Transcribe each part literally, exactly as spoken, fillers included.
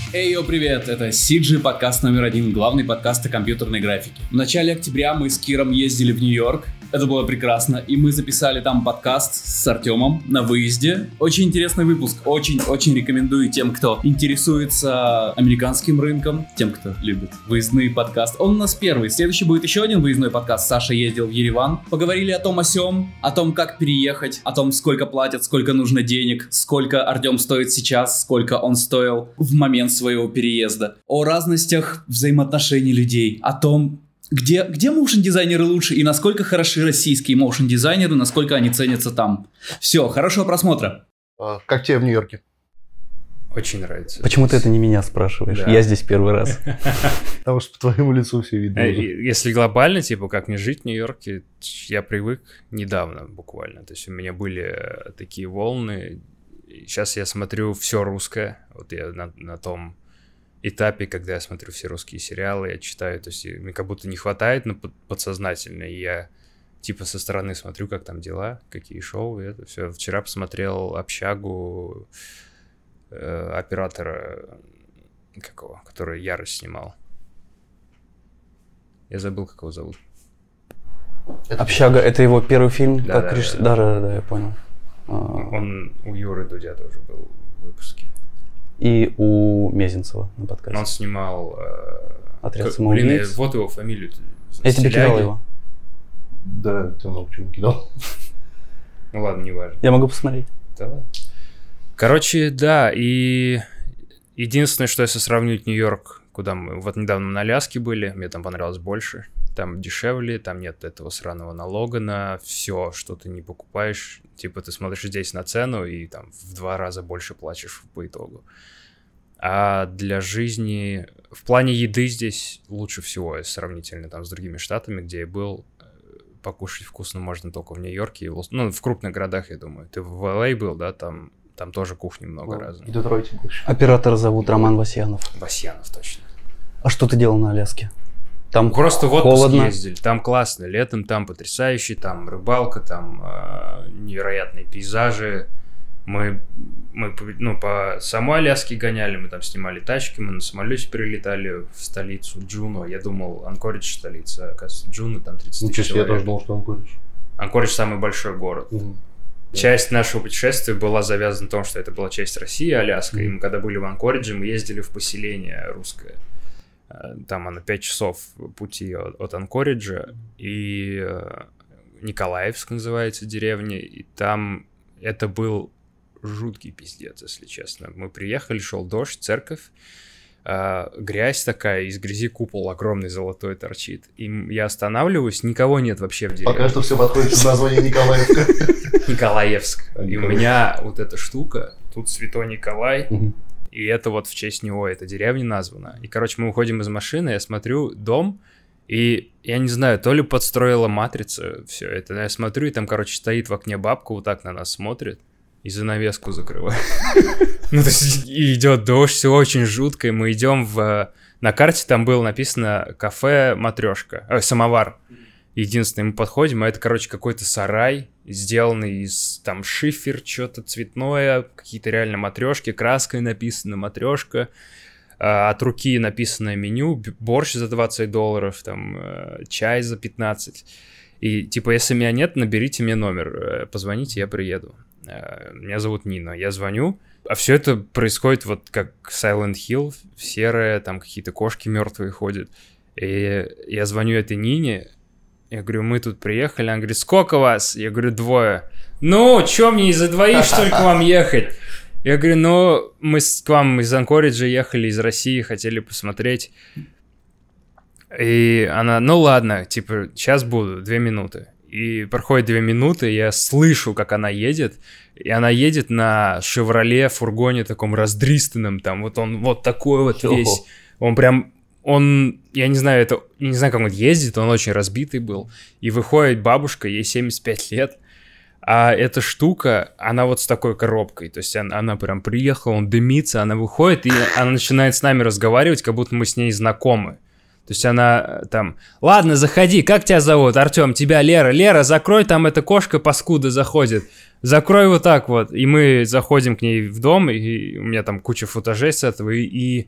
Эй, йо, привет, это си джи, подкаст номер один, главный подкаст о компьютерной графике. В начале октября мы с Киром ездили в Нью-Йорк, это было прекрасно, и мы записали там подкаст с Артемом на выезде. Очень интересный выпуск, очень-очень рекомендую тем, кто интересуется американским рынком, тем, кто любит выездные подкасты. Он у нас первый, следующий будет еще один выездной подкаст, Саша ездил в Ереван. Поговорили о том о сём, о том, как переехать, о том, сколько платят, сколько нужно денег, сколько Артем стоит сейчас, сколько он стоил в момент своего переезда, о разностях взаимоотношений людей, о том, где, где моушн-дизайнеры лучше и насколько хороши российские моушн-дизайнеры, насколько они ценятся там. Все, хорошего просмотра. А, как тебе в Нью-Йорке? Очень нравится. Почему ты это не меня спрашиваешь? Да. Я здесь первый раз. Потому что по твоему лицу все видно. Если глобально, типа, как мне жить в Нью-Йорке, я привык недавно буквально. То есть у меня были такие волны. Сейчас я смотрю все русское. Вот я на, на том этапе, когда я смотрю все русские сериалы, я читаю, то есть мне как будто не хватает, но подсознательно. И я типа со стороны смотрю, как там дела, какие шоу, и это все. Вчера посмотрел «Общагу» э, оператора, какого, который «Ярость» снимал. Я забыл, как его зовут. «Общага» — это его первый фильм? Да, как да, реш... да. да, да, да, я понял. Он у Юры Дудя тоже был в выпуске. И у Мезенцева на подкасте. Он снимал... Э, «Отряд к... самоубийц». Блин, вот его фамилию. Я тебе кидал его. Да, ты много чего кидал. Ну ладно, не важно. Я могу посмотреть. Да ладно. Короче, да, и единственное, что если сравнить Нью-Йорк, куда мы вот недавно на Аляске были, мне там понравилось больше. Там дешевле, там нет этого сраного налога на все, что ты не покупаешь. Типа ты смотришь здесь на цену и там в два раза больше платишь по итогу. А для жизни... В плане еды здесь лучше всего, сравнительно там с другими штатами, где я был. Покушать вкусно можно только в Нью-Йорке. Ну, в крупных городах, я думаю. Ты в эл эй был, да? Там, там тоже кухни много ну, разных. И Детройте больше. Оператора зовут Роман Васьянов. Васьянов, точно. А что ты делал на Аляске? Там просто в отпуск холодно. Ездили, там классно, летом там потрясающе, там рыбалка, там э, невероятные пейзажи. Мы, мы ну, по самой Аляске гоняли, мы там снимали тачки, мы на самолете прилетали в столицу Джуно. Я думал, Анкоридж столица, оказывается, Джуно, там тридцать тысяч человек. Я тоже думал, что Анкоридж. Анкоридж самый большой город. Угу. Часть нашего путешествия была завязана на том, что это была часть России, Аляска, mm-hmm. и мы когда были в Анкоридже, мы ездили в поселение русское. Там оно пять часов пути от, от Анкориджа, и Николаевск называется деревня, и там это был жуткий пиздец, если честно. Мы приехали, шел дождь, церковь, Uh, грязь такая, из грязи купол огромный золотой торчит. И я останавливаюсь, никого нет вообще в деревне. Пока что все подходит под название Николаевска. Николаевск. И у меня вот эта штука, тут Святой Николай, и это вот в честь него эта деревня названа. И, короче, мы уходим из машины, я смотрю дом, и я не знаю, то ли подстроила матрица все это, но я смотрю, и там, короче, стоит в окне бабка, вот так на нас смотрит. И занавеску закрываю. Ну, то есть идет дождь, все очень жутко, и мы идем в... На карте там было написано кафе «Матрешка», ой, «Самовар». Единственное, мы подходим, а это, короче, какой-то сарай, сделанный из там шифер, что-то цветное, какие-то реально матрешки, краской написано «Матрешка». От руки написано меню, борщ за двадцать долларов, там, чай за пятнадцать. И, типа, если меня нет, наберите мне номер, позвоните, я приеду. Меня зовут Нина, я звоню, а все это происходит вот как Silent Hill, серое, там какие-то кошки мертвые ходят. И я звоню этой Нине, я говорю, мы тут приехали, она говорит, сколько вас? Я говорю, двое. Ну, чё мне из-за двоих, что ли, к вам ехать? Я говорю, ну, мы к вам из Анкориджа ехали, из России, хотели посмотреть. И она, ну ладно, типа, сейчас буду, две минуты. И проходит две минуты, я слышу, как она едет, и она едет на «Шевроле» фургоне таком раздристанном, там вот он вот такой вот весь, он прям, он, я не знаю, это, не знаю, как он ездит, он очень разбитый был, и выходит бабушка, ей семьдесят пять лет, а эта штука, она вот с такой коробкой, то есть она, она прям приехала, он дымится, она выходит, и она начинает с нами разговаривать, как будто мы с ней знакомы. То есть она там, ладно, заходи, как тебя зовут? Артем, тебя Лера. Лера, закрой, там эта кошка паскуда заходит. Закрой вот так вот. И мы заходим к ней в дом, и у меня там куча футажей с этого, и, и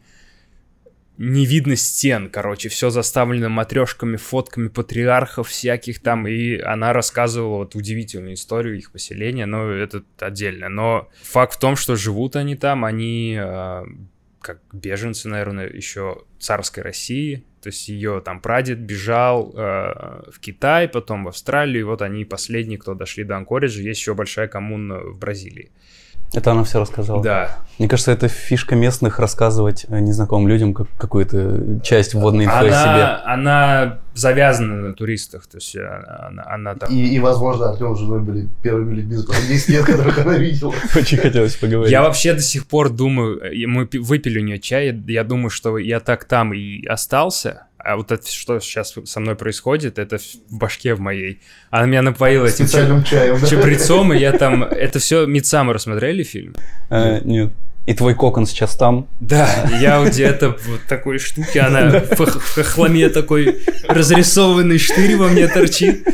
не видно стен, короче, все заставлено матрешками, фотками патриархов всяких там, и она рассказывала вот удивительную историю их поселения, но это отдельно. Но факт в том, что живут они там, они э, как беженцы, наверное, еще царской России. То есть ее там прадед бежал э, в Китай, потом в Австралию, и вот они последние, кто дошли до Анкориджа. Есть еще большая коммуна в Бразилии. Это она все рассказала? Да. Мне кажется, это фишка местных рассказывать незнакомым людям как какую-то часть вводной инфы она, о себе. Она завязана на туристах, то есть она, она там... И, и, возможно, Артем с женой были первыми людьми за десять лет, которых она видела. Очень хотелось поговорить. Я вообще до сих пор думаю, мы выпили у нее чай, я думаю, что я так там и остался, а вот это, что сейчас со мной происходит, это в башке в моей. Она меня напоила этим специальным чаем, да? чабрецом, и я там... Это все Мидсаммер смотрели фильм? А, нет. И твой кокон сейчас там. Да, я где-то вот такой штуки, она в хохломе такой разрисованный штырь во мне торчит.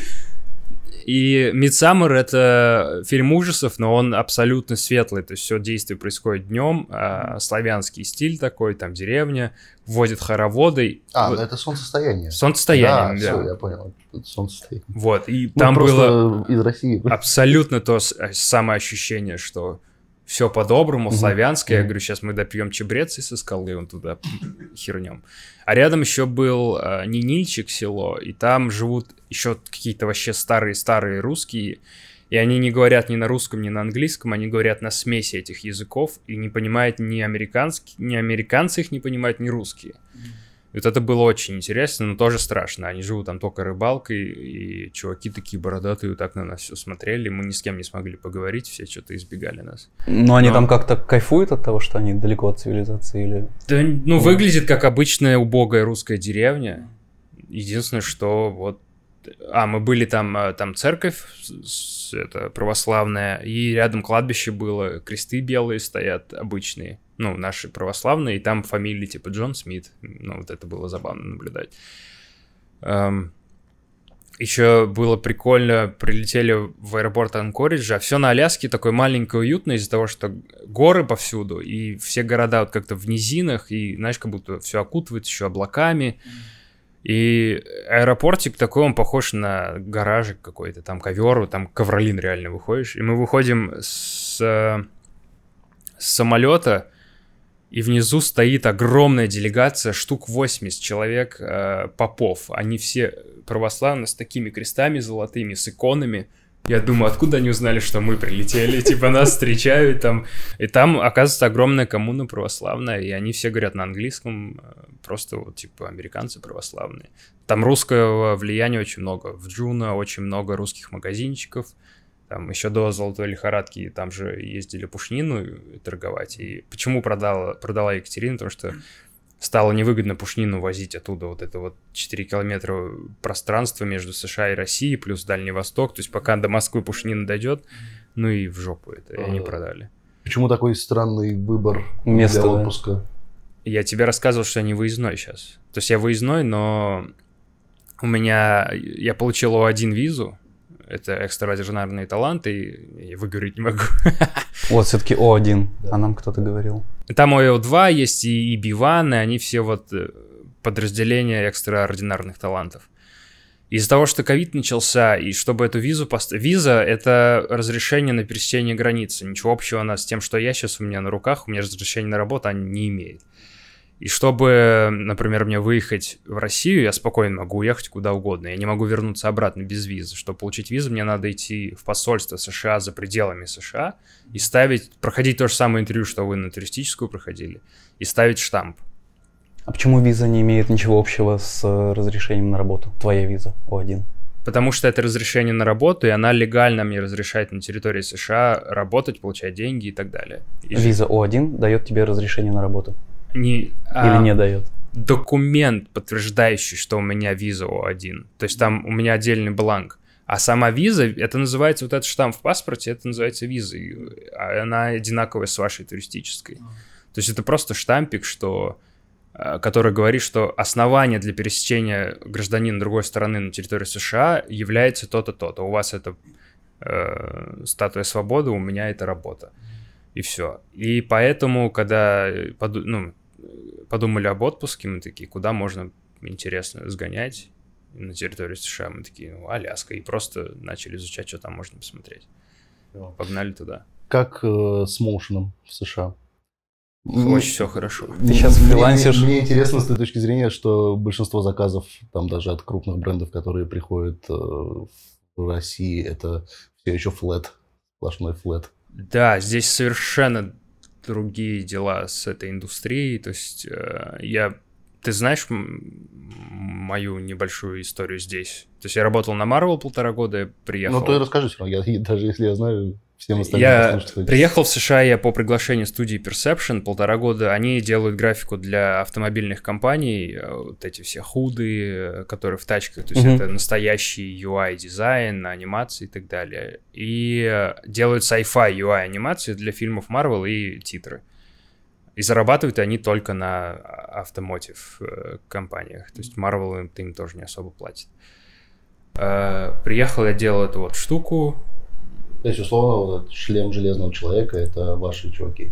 И «Мидсаммер» — это фильм ужасов, но он абсолютно светлый, то есть все действие происходит днем, а, славянский стиль такой, там деревня, вводит хороводы. А, вот. ну это «Солнцестояние». «Солнцестояние», да. Да, все, я понял, это «Солнцестояние». Вот, и Мы там было из России. абсолютно то самое ощущение, что все по-доброму, славянское. Я говорю, сейчас мы допьем чабрец и со скалы он туда хернем. А рядом еще был э, Нинильчик село, и там живут еще какие-то вообще старые-старые русские, и они не говорят ни на русском, ни на английском, они говорят на смеси этих языков, и не понимают ни американские, ни американцы их не понимают, ни русские. И вот это было очень интересно, но тоже страшно. Они живут там только рыбалкой, и чуваки такие бородатые вот так на нас все смотрели. Мы ни с кем не смогли поговорить, все что-то избегали нас. Но они но... там как-то кайфуют от того, что они далеко от цивилизации или... Да, ну, выглядит как обычная убогая русская деревня. Единственное, что вот... А, мы были там, там церковь это, православная, и рядом кладбище было, кресты белые стоят, обычные. Ну, наши православные, и там фамилии типа Джон Смит. Ну, вот это было забавно наблюдать. Эм, еще было прикольно, прилетели в аэропорт Анкориджа, а все на Аляске такое маленькое, уютное из-за того, что горы повсюду, и все города вот как-то в низинах, и, знаешь, как будто все окутывает еще облаками. И аэропортик такой, он похож на гаражик какой-то, там ковер, там ковролин реально выходишь. И мы выходим с, с самолета, и внизу стоит огромная делегация, штук восемьдесят человек, э, попов. Они все православные, с такими крестами золотыми, с иконами. Я думаю, откуда они узнали, что мы прилетели? Типа нас встречают там. И там, оказывается, огромная коммуна православная, и они все говорят на английском, просто вот типа американцы православные. Там русского влияния очень много. В Джуно очень много русских магазинчиков. Там еще до золотой лихорадки там же ездили пушнину торговать. И почему продала, продала Екатерина? Потому что стало невыгодно пушнину возить оттуда. Вот это вот четыре километра пространства между США и Россией, плюс Дальний Восток. То есть пока до Москвы пушнина дойдет, ну и в жопу это. И они продали. Почему такой странный выбор Место, для отпуска? Да. Я тебе рассказывал, что я не выездной сейчас. То есть я выездной, но у меня... Я получил О один визу. Это экстраординарные таланты, я выговорить не могу. Вот, все-таки О один, да. А нам кто-то говорил. Там О два есть и би один, и они все вот подразделения экстраординарных талантов. Из-за того, что ковид начался, и чтобы эту визу поставить... Виза — это разрешение на пересечение границы. Ничего общего она с тем, что я сейчас у меня на руках, у меня разрешение на работу, она не имеет. И чтобы, например, мне выехать в Россию, я спокойно могу уехать куда угодно. Я не могу вернуться обратно без визы. Чтобы получить визу, мне надо идти в посольство США за пределами США и ставить, проходить то же самое интервью, что вы на туристическую проходили, и ставить штамп. А почему виза не имеет ничего общего с разрешением на работу? Твоя виза О один. Потому что это разрешение на работу, и она легально мне разрешает на территории США работать, получать деньги и так далее. И виза О один дает тебе разрешение на работу? Не, Или а, не дает? Документ, подтверждающий, что у меня виза О один. То есть там у меня отдельный бланк. А сама виза, это называется, вот этот штамп в паспорте, это называется визой. А она одинаковая с вашей туристической. То есть это просто штампик, что который говорит, что основание для пересечения гражданина другой страны на территории США является то-то, то-то. У вас это э, статуя свободы, у меня это работа. И все. И поэтому, когда поду- ну, подумали об отпуске, мы такие, куда можно, интересно, сгонять на территорию США? Мы такие, ну, Аляска. И просто начали изучать, что там можно посмотреть. Погнали туда. Как э, с моушеном в США? Очень все хорошо. Ты сейчас фрилансишь. Мне, мне интересно с той точки зрения, что большинство заказов, там даже от крупных брендов, которые приходят э, в России, это все еще флэт, сплошной флэт. Да, здесь совершенно другие дела с этой индустрией. То есть э, я... Ты знаешь м- мою небольшую историю здесь? То есть я работал на Marvel полтора года, я приехал... Ну, то и расскажи все равно, я, даже если я знаю... Всем остальным я приехал в США я по приглашению студии Perception полтора года. Они делают графику для автомобильных компаний, вот эти все худы, которые в тачках. То есть mm-hmm. это настоящий ю ай-дизайн, анимации и так далее. И делают sci-fi ю ай-анимации для фильмов Marvel и титры. И зарабатывают они только на автомотив компаниях. То есть Marvel им, им тоже не особо платит. Приехал, я делал эту вот штуку. То есть, условно, вот этот шлем железного человека — это ваши чуваки.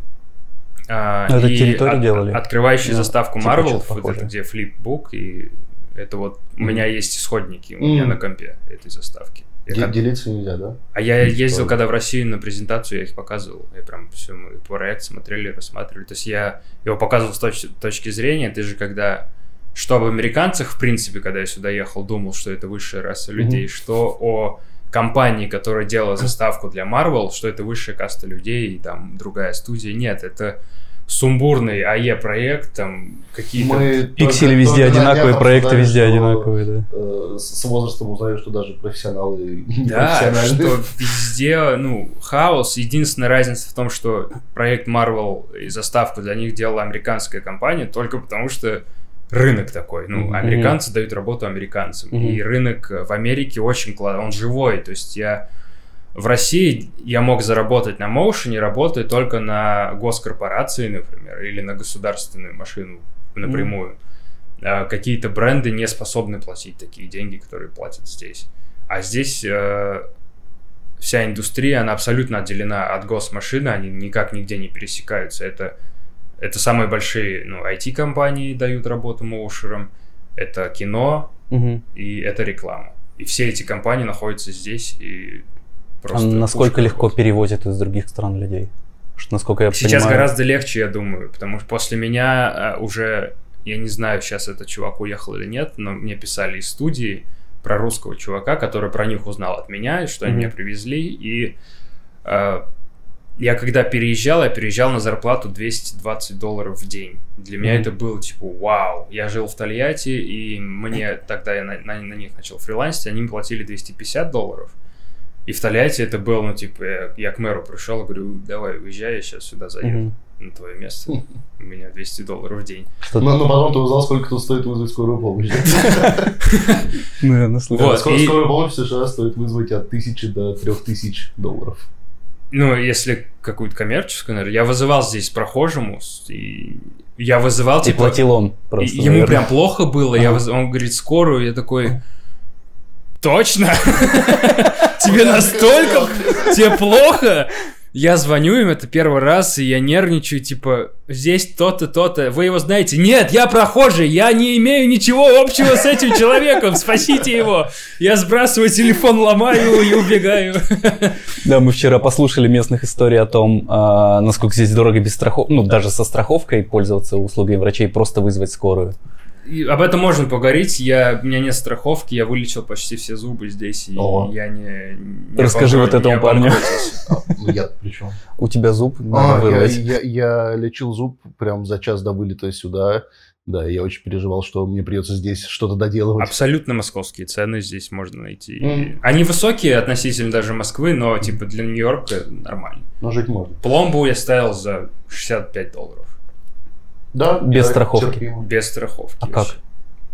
А, это и территорию от, делали? Открывающий ну, заставку типа Marvel, вот это где флипбук, и это вот mm. у меня есть исходники, у mm. меня на компе этой заставки. Д- как... Делиться нельзя, да? А я ездил, когда в Россию на презентацию, я их показывал. Я прям все, мы проект смотрели, рассматривали. То есть я его показывал с точ- точки зрения, ты же когда... Что об американцах, в принципе, когда я сюда ехал, думал, что это высшая раса людей, mm. что о... компании, которая делала заставку для Marvel, что это высшая каста людей и там другая студия. Нет, это сумбурный эй и проект, там какие-то... Мы пиксели только, везде только одинаковые, проекты узнали, везде что, одинаковые, да. Э, с возрастом узнаю, что даже профессионалы... Да, что везде, ну, хаос. Единственная разница в том, что проект Marvel и заставку для них делала американская компания, только потому что рынок такой, ну, mm-hmm. американцы дают работу американцам, mm-hmm. и рынок в Америке очень классный, он живой, то есть я в России я мог заработать на моушене, работая только на госкорпорации, например, или на государственную машину напрямую. Mm-hmm. А какие-то бренды не способны платить такие деньги, которые платят здесь. А здесь э, вся индустрия, она абсолютно отделена от госмашины, они никак нигде не пересекаются. Это Это самые большие, ну, ай ти-компании дают работу моушерам, это кино угу. и это реклама. И все эти компании находятся здесь и просто... А насколько легко работают. Перевозят из других стран людей? Что, насколько я Сейчас понимаю... гораздо легче, я думаю, потому что после меня уже, я не знаю, сейчас этот чувак уехал или нет, но мне писали из студии про русского чувака, который про них узнал от меня, что они mm-hmm. меня привезли, и... Э, Я когда переезжал, я переезжал на зарплату двести двадцать долларов в день. Для mm-hmm. меня это было типа вау. Я жил в Тольятти, и мне тогда я на, на, на них начал фрилансить, они мне платили двести пятьдесят долларов. И в Тольятти это было, ну типа, я, я к мэру пришел, говорю, давай уезжай, я сейчас сюда заеду mm-hmm. на твое место. У меня двести долларов в день. Но, но потом ты узнал, сколько тут стоит вызвать скорую помощь. Наверное, слышал. Скорую помощь в США стоит вызвать от тысячи до трех тысяч долларов. Ну, если какую-то коммерческую, наверное. Я вызывал здесь прохожему, и я вызывал, и типа... платил он просто, Ему наверное. прям плохо было, я выз... он говорит, скорую, я такой... Точно? Тебе настолько... Тебе плохо? Я звоню им, это первый раз, и я нервничаю, типа, здесь то-то, то-то. Вы его знаете? Нет, я прохожий, я не имею ничего общего с этим человеком, спасите его. Я сбрасываю телефон, ломаю и убегаю. Да, мы вчера послушали местных историй о том, а, насколько здесь дорого без страховки, ну, даже со страховкой пользоваться услугой врачей, просто вызвать скорую. И об этом можно поговорить. Я, у меня нет страховки, я вылечил почти все зубы здесь, и О. я не... не Расскажи вот этому парню. Ну, я при чем? У тебя зуб а, я, я, я лечил зуб прям за час до вылета сюда. Да, я очень переживал, что мне придется здесь что-то доделывать. Абсолютно московские цены здесь можно найти. Mm. Они высокие относительно даже Москвы, но типа для Нью-Йорка нормально. Но жить можно. Пломбу я ставил за шестьдесят пять долларов. Да, без страховки. Терпимо. Без страховки. А как?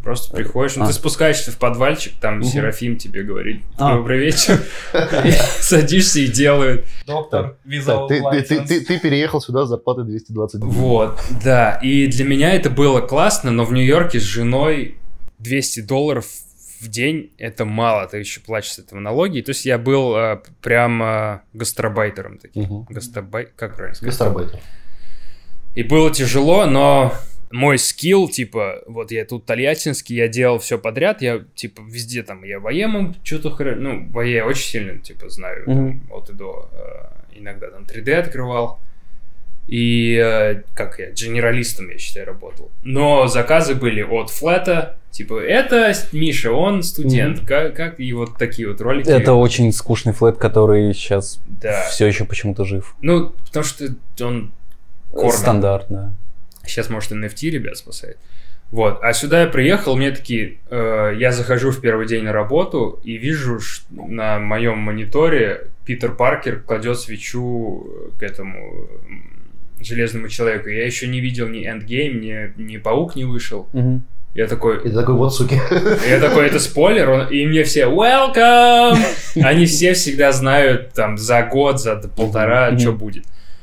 Просто приходишь, ну А. ты спускаешься в подвальчик, там Мгм. Серафим тебе говорит А. «Добрый вечер», и садишься и делают. Доктор, Так, ты, ты, ты, ты, ты переехал сюда с зарплатой двести двадцать долларов. Вот, да, и для меня это было классно, но в Нью-Йорке с женой двести долларов в день — это мало, ты еще платишь с этого налоги. То есть я был а, прям а, гастарбайтером таким. Мгм. Гастарбай... Как правильно сказать? Гастарбайтер. И было тяжело, но мой скилл, типа, вот я тут тольяттинский, я делал все подряд, я, типа, везде там, я воемом что-то, хр... ну, вое я очень сильно, типа, знаю, Мгм. там, от и до, э, иногда там три дэ открывал, и, э, как я, генералистом, я считаю, работал. Но заказы были от флета, типа, это Миша, он студент, Мгм. как, как, и вот такие вот ролики. Это очень скучный флэт, который сейчас Да. все еще почему-то жив. Ну, потому что он корно. Стандарт, да. Сейчас, может, эн эф ти ребят спасает. Вот. А сюда я приехал, мне такие... Э, я захожу в первый день на работу и вижу ш- на моем мониторе Питер Паркер кладет свечу к этому м, Железному Человеку. Я еще не видел ни Эндгейм, ни, ни Паук не вышел. Мгм. Я такой... И ты такой, вот суки. Я такой, это спойлер, он- и мне все welcome! Они все всегда знают там за год, за полтора, Мгм. что будет.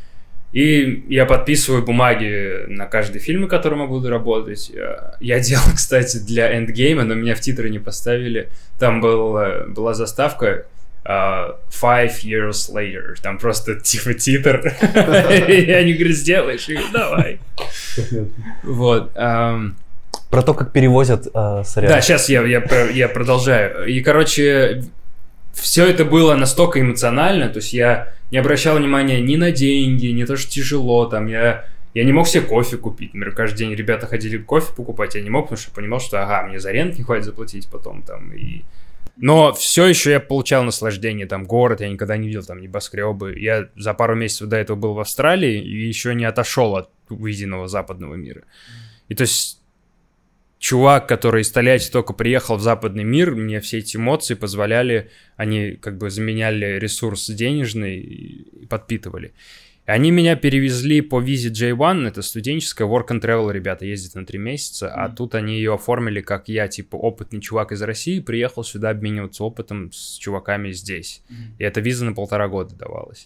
И я подписываю бумаги на каждый фильм, в котором я буду работать. Я делал, кстати, для Эндгейма, но меня в титры не поставили. Там был, э, была заставка uh, Five years later. Там просто типа титр. И они говорят, сделаешь? И давай. Вот. ам, Про то, как перевозят э, сорян. Да, сейчас я, я, про- я продолжаю. И, короче, все это было настолько эмоционально, то есть я не обращал внимания ни на деньги, ни то, что тяжело, там, я, я не мог себе кофе купить. Например, каждый день ребята ходили кофе покупать, я не мог, потому что понимал, что, ага, мне за рент не хватит заплатить потом, там, и... Но все еще я получал наслаждение, там, город, я никогда не видел, там, небоскребы. Я за пару месяцев до этого был в Австралии и еще не отошел от увиденного западного мира. И то есть чувак, который из Тольятти только приехал в западный мир, мне все эти эмоции позволяли, они как бы заменяли ресурс денежный и подпитывали. И они меня перевезли по визе джей один, это студенческая, work and travel, ребята ездят на три месяца, а тут они ее оформили, как я, типа, опытный чувак из России, приехал сюда обмениваться опытом с чуваками здесь. И эта виза на полтора года давалась.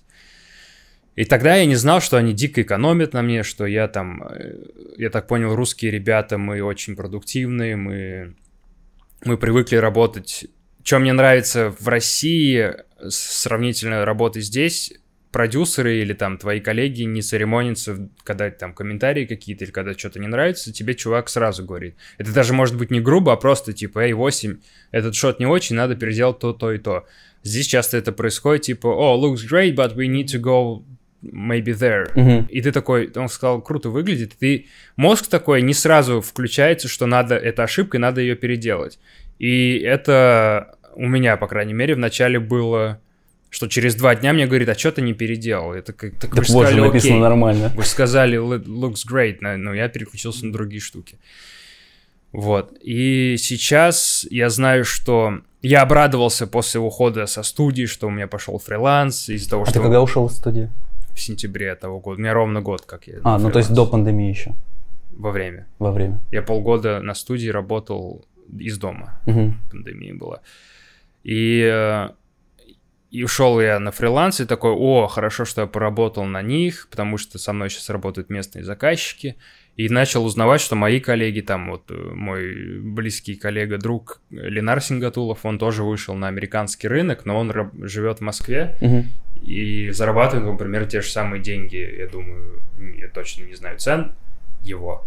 И тогда я не знал, что они дико экономят на мне, что я там, э, я так понял, русские ребята, мы очень продуктивные, мы, мы привыкли работать. Что мне нравится в России, с- сравнительно работы здесь, продюсеры или там твои коллеги не церемонятся, когда там комментарии какие-то или когда что-то не нравится, тебе чувак сразу говорит. Это даже может быть не грубо, а просто типа, эй, восемь, этот шот не очень, надо переделать то, то и то. Здесь часто это происходит, типа, о, looks great, but we need to go maybe there. Мгм. И ты такой, он сказал, круто выглядит, и ты, мозг такой не сразу включается, что надо, это ошибка, и надо ее переделать. И это у меня, по крайней мере, в начале было, что через два дня мне говорит, а что ты не переделал? Это как, так, вы Так же вот же сказали, написано окей. нормально. Вы же сказали, looks great, но но я переключился на другие штуки. Вот. И сейчас я знаю, что я обрадовался после ухода со студии, что у меня пошел фриланс из-за того, А что ты когда ушел из студии? в сентябре того года. У меня ровно год, как я А, на ну то есть фрилансе. до пандемии еще, Во время. во время. Я полгода на студии работал из дома. Мгм. Пандемия была. И, э, и ушел я на фриланс и такой, о, хорошо, что я поработал на них, потому что со мной сейчас работают местные заказчики. И начал узнавать, что мои коллеги, там вот э, мой близкий коллега, друг Ленар Сингатулов, он тоже вышел на американский рынок, но он раб- живет в Москве Мгм. и зарабатывает, например, те же самые деньги, я думаю, я точно не знаю цен его,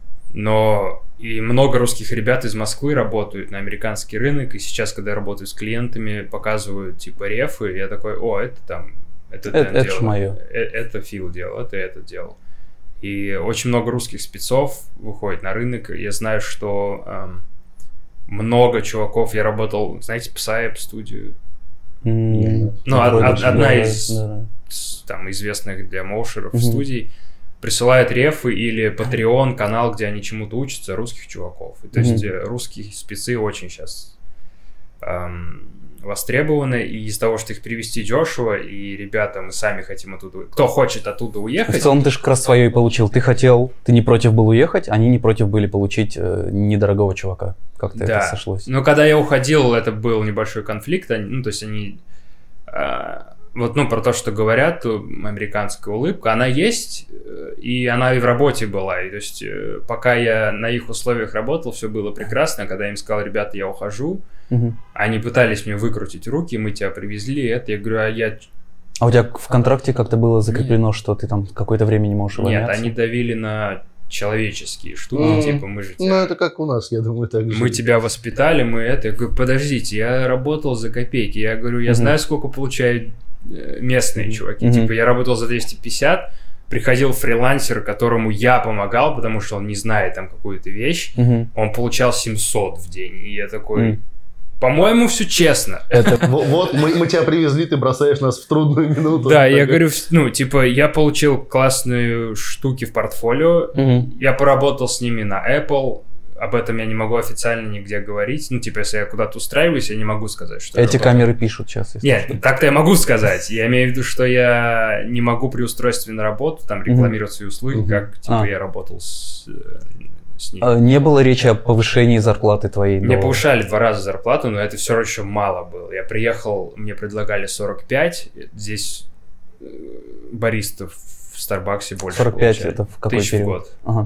но и много русских ребят из Москвы работают на американский рынок, и сейчас, когда я работаю с клиентами, показывают типа рефы, я такой, о, это там, это Это- Дэн это делал, ж моё. э- это Фил делал, это это делал. И очень много русских спецов выходит на рынок. Я знаю, что эм, много чуваков, я работал, знаете, Psyop студию, М, Ну, вроде од- же, одна да, из- да. с- там известных для моушеров Мгм. студий, присылают рефы или Patreon канал, где они чему-то учатся, русских чуваков. И, то Мгм. есть э, русские спецы очень сейчас востребованы, и из-за того, что их привезти дешево, и ребята, мы сами хотим оттуда, кто хочет оттуда уехать. В целом ты же как раз свое и получил. Ты хотел, ты не против был уехать, они не против были получить э, недорогого чувака. Как-то да. это сошлось. Но когда я уходил, это был небольшой конфликт, они, ну, то есть они... Э, вот, ну, про то, что говорят, американская улыбка, она есть, и она и в работе была. И, то есть, пока я на их условиях работал, все было прекрасно. Когда я им сказал, ребята, я ухожу, угу. они пытались мне выкрутить руки, мы тебя привезли, это, я говорю, а я... А у тебя в контракте как-то было закреплено, Нет. что ты там какое-то время не можешь увольняться? Нет, они давили на человеческие штуки, mm. типа мы же... Ну, тебя... это как у нас, я думаю, так же. Мы тебя воспитали, мы это... Я говорю, подождите, я работал за копейки. Я говорю, я mm-hmm. знаю, сколько получают местные mm-hmm. чуваки. Mm-hmm. Типа, я работал за двести пятьдесят, приходил фрилансер, которому я помогал, потому что он не знает там какую-то вещь, mm-hmm. он получал семьсот в день. И я такой... Mm. По-моему, все честно. Это, вот мы, мы тебя привезли, ты бросаешь нас в трудную минуту. Да, я говорю, ну, типа, я получил классные штуки в портфолио, угу. я поработал с ними на Apple, об этом я не могу официально нигде говорить. Ну, типа, если я куда-то устраиваюсь, я не могу сказать, что... Эти камеры пишут сейчас. Нет, что. Так-то я могу сказать. Я имею в виду, что я не могу при устройстве на работу там рекламировать свои услуги, угу. как, типа, а. я работал с... С ней. Не было речи о повышении зарплаты твоей? Мне до... повышали два раза зарплату, но это все еще мало было. Я приехал, мне предлагали сорок пять, здесь баристов в Старбаксе больше сорок пять получали. Это в какой Тысяч период? в год. Ага.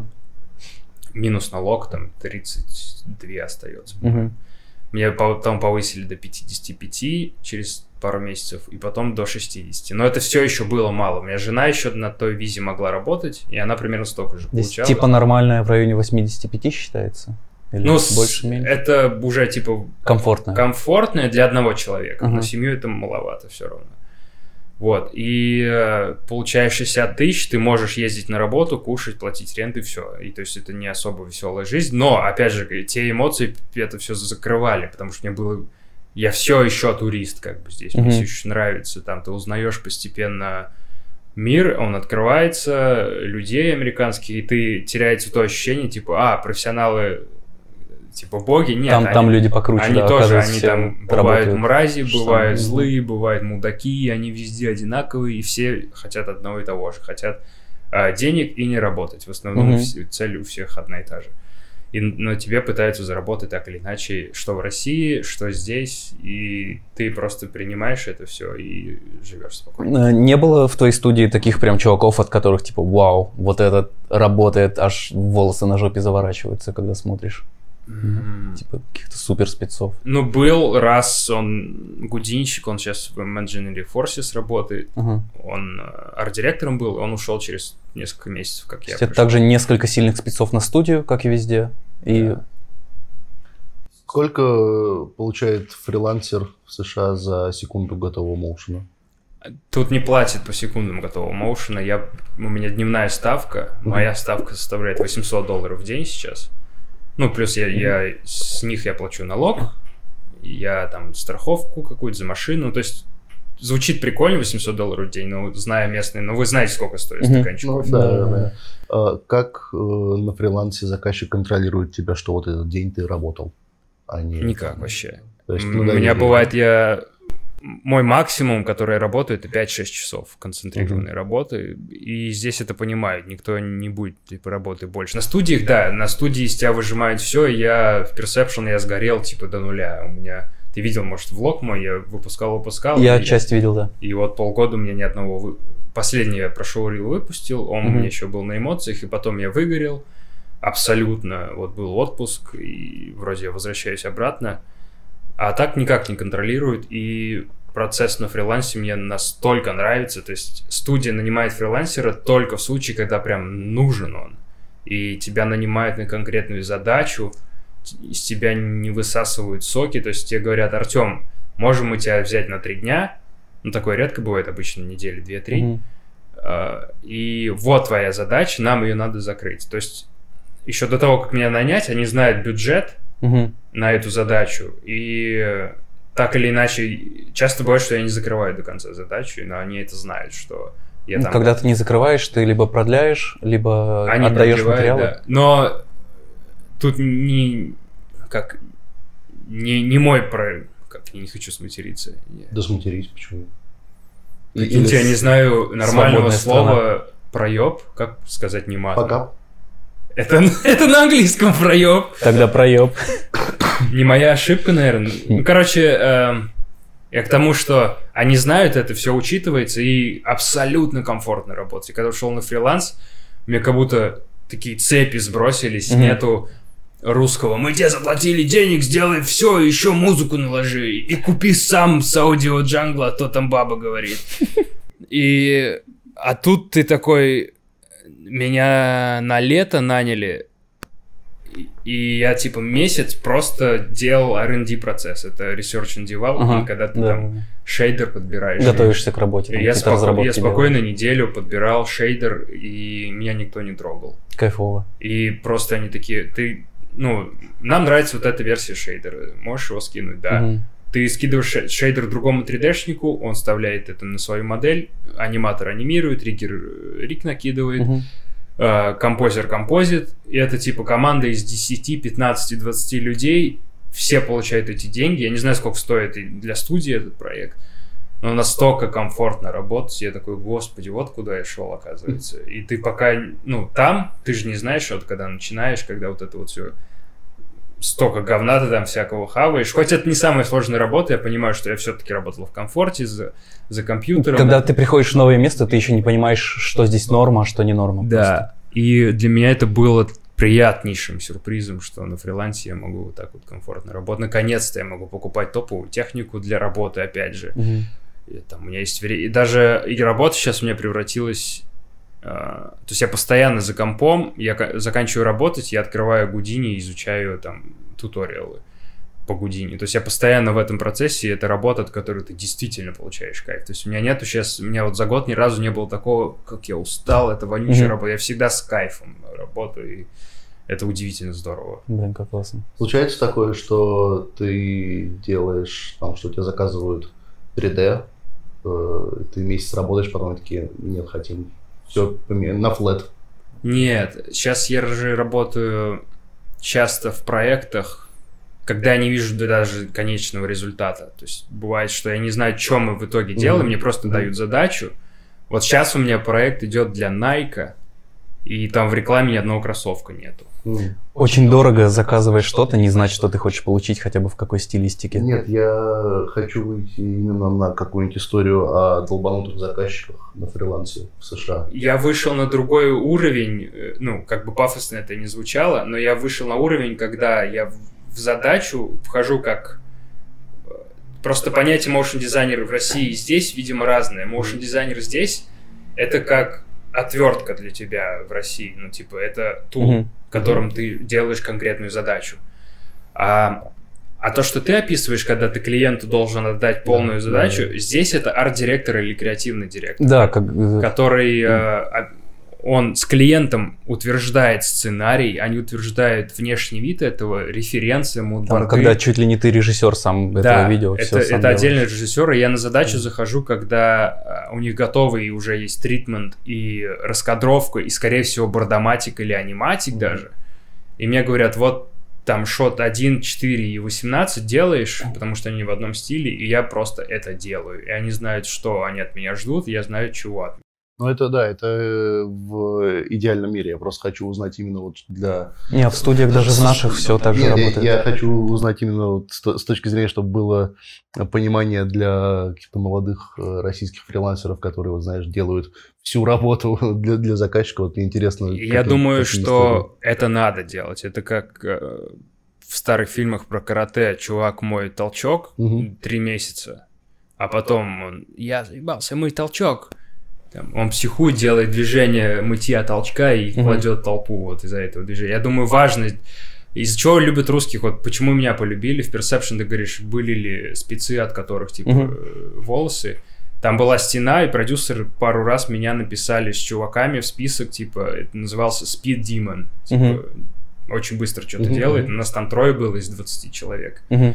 Минус налог, там тридцать два остается. Угу. Меня потом повысили до пятидесяти пяти через пару месяцев, и потом до шестидесяти. Но это все еще было мало. У меня жена еще на той визе могла работать, и она примерно столько же Здесь получала. Типа нормальная в районе восьмидесяти пяти считается? Или ну, больше, меньше? Это уже типа... Комфортное. Комфортное для одного человека. Uh-huh. На семью это маловато все равно. Вот. И э, получая шестьдесят тысяч, ты можешь ездить на работу, кушать, платить рент и все. И то есть это не особо веселая жизнь. Но, опять же, те эмоции это все закрывали, потому что мне было... Я все еще турист, как бы здесь. Mm-hmm. Мне все еще нравится. Там ты узнаешь постепенно мир, он открывается, людей американских, и ты теряется то ощущение, типа, а, профессионалы, типа, боги. Нет, там, они, там люди покруче, они да, тоже, они там бывают мрази, бывают Что? злые, бывают мудаки, они везде одинаковые, и все хотят одного и того же. Хотят а, денег и не работать. В основном mm-hmm. все, цель у всех одна и та же. И на тебе пытаются заработать так или иначе, что в России, что здесь, и ты просто принимаешь это все и живешь спокойно. Не было в твоей студии таких прям чуваков, от которых типа, вау, вот этот работает, аж волосы на жопе заворачиваются, когда смотришь? Mm-hmm. Типа каких-то супер спецов. Ну, был раз, он гудинщик, он сейчас в Imaginary Forces работает, uh-huh. он арт-директором был, он ушел через несколько месяцев, как я. Это также несколько сильных спецов на студию, как и везде. И... Да. Сколько получает фрилансер в США за секунду готового моушена? Тут не платят по секундам готового моушена. Я, у меня дневная ставка, uh-huh. моя ставка составляет восемьсот долларов в день сейчас. Ну, плюс я, я с них я плачу налог, я там страховку какую-то за машину, то есть звучит прикольно, восемьсот долларов в день, но зная местные, но вы знаете, сколько стоит стаканчик кофе. Ну, да, да, да. А, как э, на фрилансе заказчик контролирует тебя, что вот этот день ты работал? А не... Никак вообще. То есть, У ну, меня да, бывает, я... Мой максимум, который я работаю, это пять-шесть часов концентрированной uh-huh. работы. И здесь это понимают. Никто не будет типа работать больше. На студиях, да, на студии из тебя выжимают все. Я в Perception я сгорел типа до нуля. У меня... Ты видел, может, влог мой? Я выпускал-выпускал. Я и... часть видел, да. И вот полгода у меня ни одного... Вы... Последний я прошоурил, выпустил. Он uh-huh. у меня еще был на эмоциях. И потом я выгорел. Абсолютно. Вот был отпуск. И вроде я возвращаюсь обратно. А так никак не контролируют, и процесс на фрилансе мне настолько нравится, то есть студия нанимает фрилансера только в случае, когда прям нужен он, и тебя нанимают на конкретную задачу, из тебя не высасывают соки, то есть тебе говорят: Артем, можем мы тебя взять на три дня, ну такое редко бывает, обычно недели две-три, mm-hmm. и вот твоя задача, нам ее надо закрыть, то есть еще до того, как меня нанять, они знают бюджет, Uh-huh. на эту задачу, и так или иначе часто бывает, что я не закрываю до конца задачу, но они это знают, что я ну, там... Когда ты не закрываешь, ты либо продляешь, либо они отдаешь материалы. Да. Но тут не как не, не мой про... как, я не хочу сматериться. Я... Да сматерись, почему? Или... Я не знаю нормального слова проеб, как сказать не матом. Пока. Это, это на английском проеб. Тогда проеб. Не моя ошибка, наверное. Ну, короче, э, я к тому, что они знают это, все учитывается, и абсолютно комфортно работать. И когда ушел на фриланс, мне как будто такие цепи сбросились, mm-hmm. нету русского. Мы тебе заплатили денег, сделай все, еще музыку наложи. И купи сам с аудио джангла, а то там баба говорит. И... А тут ты такой... Меня на лето наняли, и я типа месяц просто делал ар энд ди процесс. Это Research and Development, ага, когда ты да. там шейдер подбираешь. Готовишься к работе. Там, я споко- я спокойно делаешь. неделю подбирал шейдер, и меня никто не трогал. Кайфово. И просто они такие, ты, ну, нам нравится вот эта версия шейдера, можешь его скинуть, да. Угу. Ты скидываешь шейдер другому три дэ-шнику, он вставляет это на свою модель, аниматор анимирует, риггер риг накидывает, uh-huh. э, композер композит, и это типа команда из десяти, пятнадцати, двадцати людей, все получают эти деньги, я не знаю, сколько стоит для студии этот проект, но настолько комфортно работать, я такой, господи, вот куда я шел, оказывается, и ты пока, ну, там, ты же не знаешь, вот когда начинаешь, когда вот это вот все... Столько говна ты там всякого хаваешь. Хоть это не самая сложная работа, я понимаю, что я все-таки работал в комфорте за, за компьютером. Когда ты приходишь в новое место, ты еще не понимаешь, что здесь норма, а что не норма. Да, просто. И для меня это было приятнейшим сюрпризом, что на фрилансе я могу вот так вот комфортно работать. Наконец-то я могу покупать топовую технику для работы, опять же. Угу. И, там, у меня есть время. И даже и работа сейчас у меня превратилась... Uh, то есть я постоянно за компом, я заканчиваю работать, я открываю Houdini и изучаю там туториалы по Houdini. То есть я постоянно в этом процессе, и это работа, от которой ты действительно получаешь кайф. То есть у меня нету сейчас, у меня вот за год ни разу не было такого, как я устал, это вонючая mm-hmm. работа. Я всегда с кайфом работаю, и это удивительно здорово. Блин, как классно. Случается такое, что ты делаешь, там, что тебя заказывают три дэ, э, ты месяц работаешь, потом такие, нет, хотим... Все на флэт. Нет, сейчас я же работаю часто в проектах, когда я не вижу даже конечного результата. То есть бывает, что я не знаю, что мы в итоге делаем, mm-hmm. мне просто mm-hmm. дают задачу. Вот сейчас у меня проект идет для Nike, и там в рекламе ни одного кроссовка нету. Mm. Очень дорого заказывать что-то, не значит, что ты хочешь получить хотя бы в какой стилистике. Нет, я хочу выйти именно на какую-нибудь историю о долбанутых заказчиках на фрилансе в США. Я вышел на другой уровень, ну, как бы пафосно это не звучало, но я вышел на уровень, когда я в задачу вхожу как... Просто понятие моушн-дизайнера в России и здесь, видимо, разное. Моушн-дизайнер здесь — это как... отвертка для тебя в России, ну, типа, это тул, uh-huh. которым uh-huh. ты делаешь конкретную задачу. А, а то, что ты описываешь, когда ты клиенту должен отдать полную uh-huh. задачу, uh-huh. здесь это арт-директор или креативный директор, да, как... который uh-huh. э, он с клиентом утверждает сценарий, они утверждают внешний вид этого, референсы, мудборды. Когда чуть ли не ты режиссер сам да, этого видео. Это, это, это отдельный режиссер, и я на задачу mm. захожу, когда у них готовый уже есть тритмент и раскадровка, и, скорее всего, бордоматик или аниматик mm. даже. И мне говорят, вот там шот один, четыре и восемнадцать делаешь, потому что они в одном стиле, и я просто это делаю. И они знают, что они от меня ждут, и я знаю, чего от меня. Ну, это да, это в идеальном мире. Я просто хочу узнать именно вот для... Не, а в студиях даже в наших все так же Нет, работает. Я, я хочу узнать именно вот с точки зрения, чтобы было понимание для каких-то молодых российских фрилансеров, которые, вот знаешь, делают всю работу для, для заказчика. Вот мне интересно... Я думаю, что истории. Это надо делать. Это как э, в старых фильмах про карате. Чувак моет толчок угу. три месяца, а потом он... Я заебался мыть толчок. Он психует, делает движение мытья толчка и mm-hmm. кладет толпу вот из-за этого движения. Я думаю, важно, из-за чего любят русских, вот почему меня полюбили, в Perception, ты говоришь, были ли спецы, от которых, типа, mm-hmm. волосы. Там была стена, и продюсер пару раз меня написали с чуваками в список, типа, это назывался Speed Demon. Типа, mm-hmm. очень быстро что-то mm-hmm. делает. У нас там трое было из двадцати человек. Mm-hmm.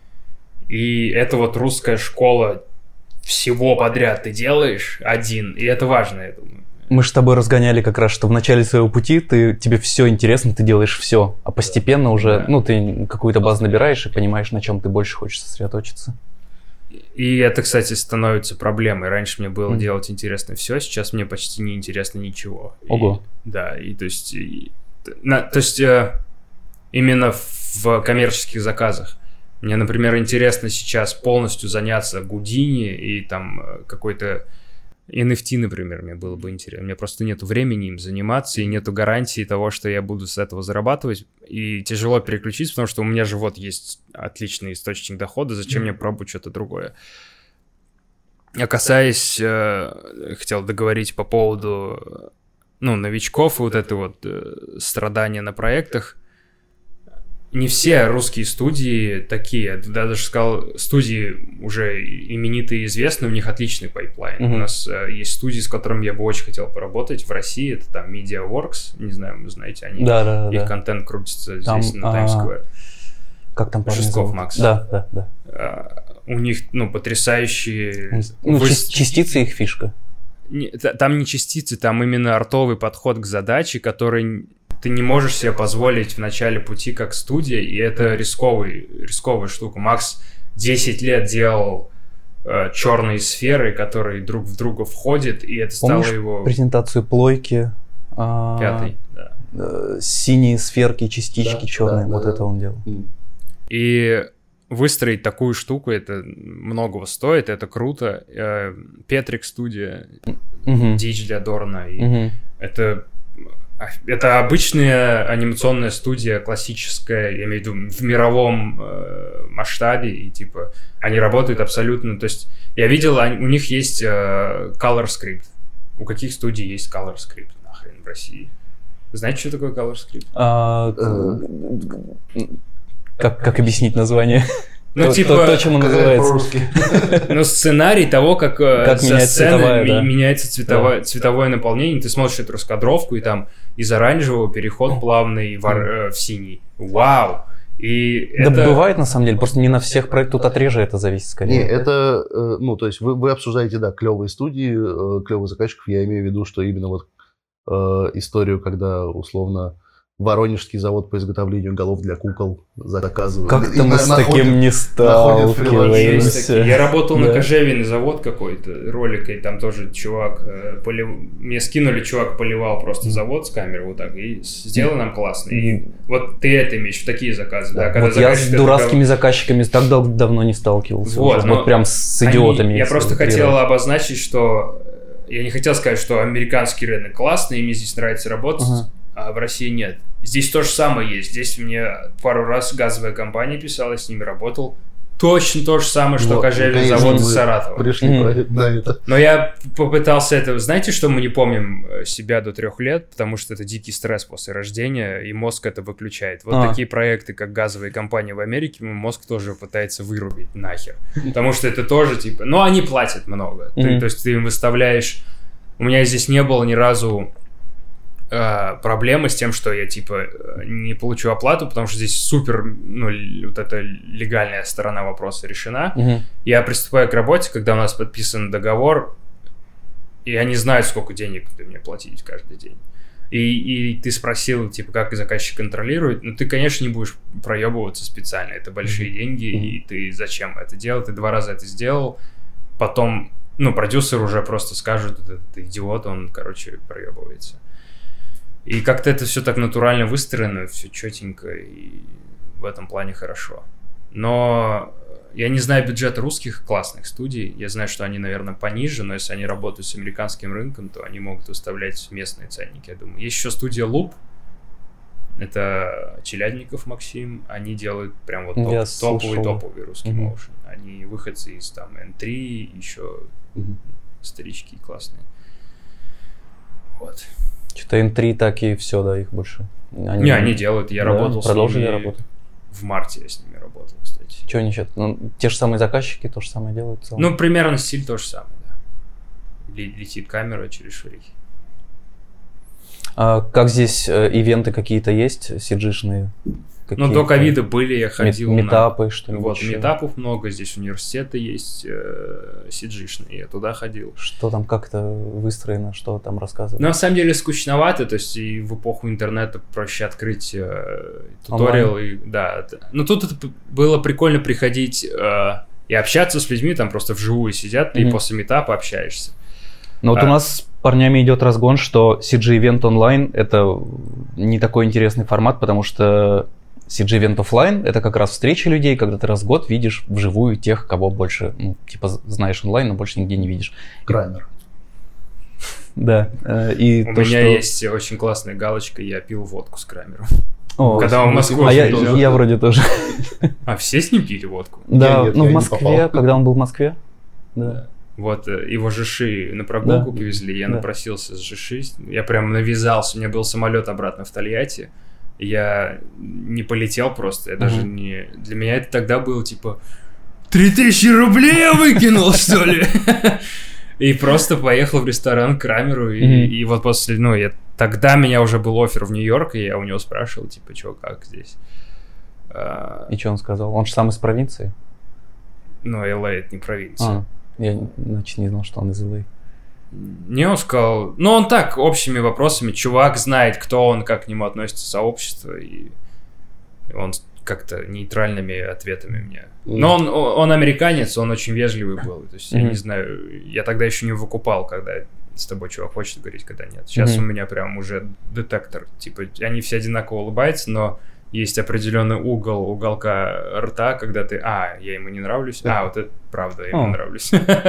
И это вот русская школа всего подряд ты делаешь один, и это важно, я думаю. Мы же с тобой разгоняли как раз, что в начале своего пути ты, тебе все интересно, ты делаешь все, а постепенно уже, да. ну, ты какую-то базу набираешь и понимаешь, на чем ты больше хочешь сосредоточиться. И это, кстати, становится проблемой. Раньше мне было mm. делать интересно все, сейчас мне почти не интересно ничего. Ого. И, да, и то есть, и, на, то есть э, именно в коммерческих заказах. Мне, например, интересно сейчас полностью заняться Гудини и там какой-то эн эф ти, например, мне было бы интересно. У меня просто нету времени им заниматься, и нету гарантии того, что я буду с этого зарабатывать. И тяжело переключиться, потому что у меня же вот есть отличный источник дохода, зачем мне пробовать что-то другое? А касаясь, э, хотел договорить по поводу, ну, новичков и вот это вот э, страдания на проектах. Не все русские студии такие, я даже сказал, студии уже именитые и известные, у них отличный пайплайн. Mm-hmm. У нас э, есть студии, с которыми я бы очень хотел поработать в России, это там MediaWorks, не знаю, вы знаете, они, да, да, их да. контент крутится там, здесь на Times Square. Как там парень Жестков Макс. Да, да, да. А, у них, ну, потрясающие... Ну, вы... частицы их фишка. Не, там не частицы, там именно артовый подход к задаче, который... Ты не можешь себе позволить в начале пути как студия, и это рисковый, рисковая штука. Макс десять лет делал э, черные сферы, которые друг в друга входят, и это стало Помнишь его... презентацию плойки? А... Пятый, да. Э, синие сферки, частички да, черные, да, вот да, это он делал. И выстроить такую штуку, это многого стоит, это круто. Петрик студия, угу. Дичь для Дорна, и угу. это... Это обычная анимационная студия, классическая, я имею в виду, в мировом э, масштабе, и типа они работают абсолютно, то есть я видел, они, у них есть э, color script. У каких студий есть color script нахрен в России? Знаете, что такое color script? А, как, как объяснить название? Ну, то, типа, то, то, чем он называется. Ну, сценарий того, как, как за сценой цветовая, да. меняется цветовое, да. цветовое наполнение. Ты смотришь эту раскадровку, и там из оранжевого переход плавный в, э, в синий. Вау! И да это... бывает, на самом деле, просто не на всех проектах, тут от режа это зависит скорее. Не, это, ну, то есть вы, вы обсуждаете, да, клевые студии, клевых заказчиков, я имею в виду, что именно вот э, историю, когда, условно, Воронежский завод по изготовлению голов для кукол заказывают. Как-то мы с таким не сталкиваемся. Я работал на Кожевиный завод какой-то, ролик, и там тоже чувак, полив... мне скинули, чувак поливал просто завод с камеры вот так, и сделал нам классно. И вот ты это имеешь, в такие заказы, да? Когда вот я с дурацкими это... заказчиками так дав- давно не сталкивался. Вот, вот прям с идиотами. Они... Я просто хотел обозначить, что... Я не хотел сказать, что американский рынок классный, и мне здесь нравится работать, ага. а в России нет. Здесь то же самое есть. Здесь мне пару раз газовая компания писала, я с ними работал. Точно то же самое, что вот, Кожевин завод из Саратова. Пришли mm-hmm. на это. Но я попытался это... Знаете, что мы не помним себя до трех лет? Потому что это дикий стресс после рождения, и мозг это выключает. Вот а. такие проекты, как газовые компании в Америке, мозг тоже пытается вырубить нахер. Потому что это тоже типа... Ну, они платят много. Mm-hmm. Ты, то есть ты им выставляешь... У меня здесь не было ни разу... проблемы с тем, что я, типа, не получу оплату, потому что здесь супер, ну, вот эта легальная сторона вопроса решена. Uh-huh. Я приступаю к работе, когда у нас подписан договор, и они знают, сколько денег ты мне платить каждый день. И, и ты спросил, типа, как заказчик контролирует. Ну, ты, конечно, не будешь проебываться специально. Это большие uh-huh. деньги, uh-huh. и ты зачем это делал? Ты два раза это сделал, потом, ну, продюсер уже просто скажет, этот идиот, он, короче, проебывается. И как-то это все так натурально выстроено, все четенько, и в этом плане хорошо. Но я не знаю бюджет русских классных студий. Я знаю, что они, наверное, пониже, но если они работают с американским рынком, то они могут выставлять местные ценники, я думаю. Есть еще студия Loop. Это Челядников Максим. Они делают прям вот топ, топовый-топовый русский mm-hmm. моушен. Они выходцы из там эн три, еще mm-hmm. старички классные. Вот. Что-то эн три так и все, да, их больше. Они... Не, они делают. Я да, работал с ними. Продолжили работу? В марте я с ними работал, кстати. Что они сейчас? Ну, те же самые заказчики то же самое делают? В целом. Ну, примерно стиль то же самое, да. Летит камера через шерихи. А как здесь э, ивенты какие-то есть, си джи-шные? Ну, до ковида были, я ходил Мет- на... Метапы, что-нибудь Вот, еще. метапов много, здесь университеты есть, э, си джи-шные, я туда ходил. Что там как-то выстроено, что там рассказывают? Ну, на самом деле, скучновато, то есть и в эпоху интернета проще открыть э, туториал. И, да, но тут это было прикольно приходить э, и общаться с людьми, там просто вживую сидят, mm-hmm. и после метапа общаешься. Но вот а, у нас с парнями идет разгон, что си джи Event Online — это не такой интересный формат, потому что си джи Event Offline — это как раз встреча людей, когда ты раз в год видишь вживую тех, кого больше, ну, типа, знаешь онлайн, но больше нигде не видишь. Крамер. Да. И у то, меня что... есть очень классная галочка, я пил водку с Крамером. О, когда он в Москву а я, приезжал. я вроде тоже. А все с ним пили водку? Да, нет, ну я в не Москве, попал. когда он был в Москве. Да. Да. Вот э, его Жиши на прогулку Да. повезли, я Да. напросился с Жиши, я прям навязался, у меня был самолет обратно в Тольятти, я не полетел просто, я даже Мгм. не... Для меня это тогда было типа три тысячи рублей я выкинул, что ли? И просто поехал в ресторан к Крамеру, и, Мгм. и вот после, ну, я, тогда меня уже был оффер в Нью-Йорк, и я у него спрашивал, типа, чё, как здесь? А, И что он сказал? Он же сам из провинции? ну, Л А это не провинция. А, я, значит, не знал, что он из Л А. Не, он сказал... Ну, он так, общими вопросами. Чувак знает, кто он, как к нему относится сообщество, и он как-то нейтральными ответами мне... Но он, он американец, он очень вежливый был. То есть, я Мгм. не знаю, я тогда еще не выкупал, когда с тобой чувак хочет говорить, когда нет. Сейчас Мгм. у меня прям уже детектор. Типа, они все одинаково улыбаются, но есть определенный угол уголка рта, когда ты... А, я ему не нравлюсь. А, вот это правда, я ему О. нравлюсь.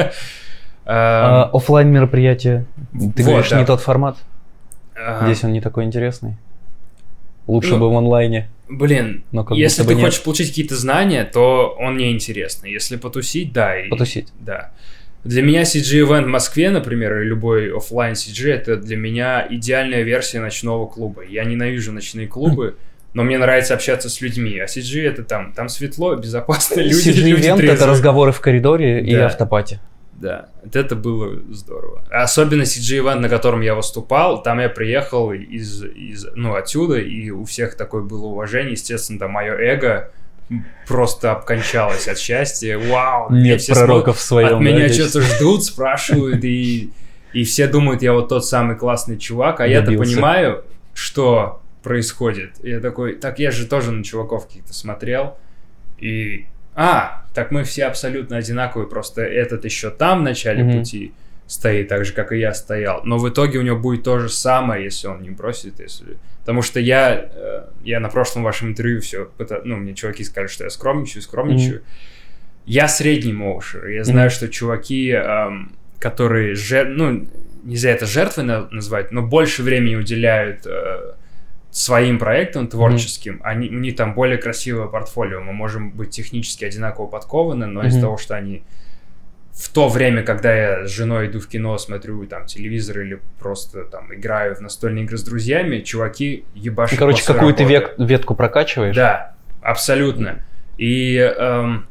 А, оффлайн мероприятие. Ты Вот, говоришь, да. не тот формат? Ага. Здесь он не такой интересный. Лучше Ну, бы в онлайне. Блин, Но как если будто ты бы нет. хочешь получить какие-то знания, то он не интересный. Если потусить, да. И, Потусить. Да. Для меня си джи Event в Москве, например, или любой оффлайн си джи, это для меня идеальная версия ночного клуба. Я ненавижу ночные клубы, но мне нравится общаться с людьми. А си джи это там, там светло, безопасно, люди, си джи люди Event — это трезвые. разговоры в коридоре и Да. автопати. Да, вот это было здорово. Особенно си джи Event, на котором я выступал, там я приехал из, из, ну, отсюда, и у всех такое было уважение. Естественно, там мое эго просто обкончалось от счастья. Вау! меня Нет все пророков в смотрят, своем. От меня да, здесь. что-то ждут, спрашивают, и, и все думают, я вот тот самый классный чувак, а я-то Добился. понимаю, что происходит. И я такой, так я же тоже на чуваков каких-то смотрел, и... А, так мы все абсолютно одинаковые, просто этот еще там в начале Мгм. пути стоит, так же, как и я стоял. Но в итоге у него будет то же самое, если он не бросит, если... Потому что я, э, я на прошлом вашем интервью все, ну, мне чуваки сказали, что я скромничаю, скромничаю. Я средний моушер, я знаю, Мгм. что чуваки, эм, которые, жер... ну, нельзя это жертвой на- назвать, но больше времени уделяют э, своим проектам творческим, они, у них там более красивое портфолио, мы можем быть технически одинаково подкованы, но из-за Мгм. того, что они в то время, когда я с женой иду в кино, смотрю там телевизор или просто там играю в настольные игры с друзьями, чуваки ебашат Короче, после какую-то работы. век- ветку прокачиваешь. Да, абсолютно. И эм,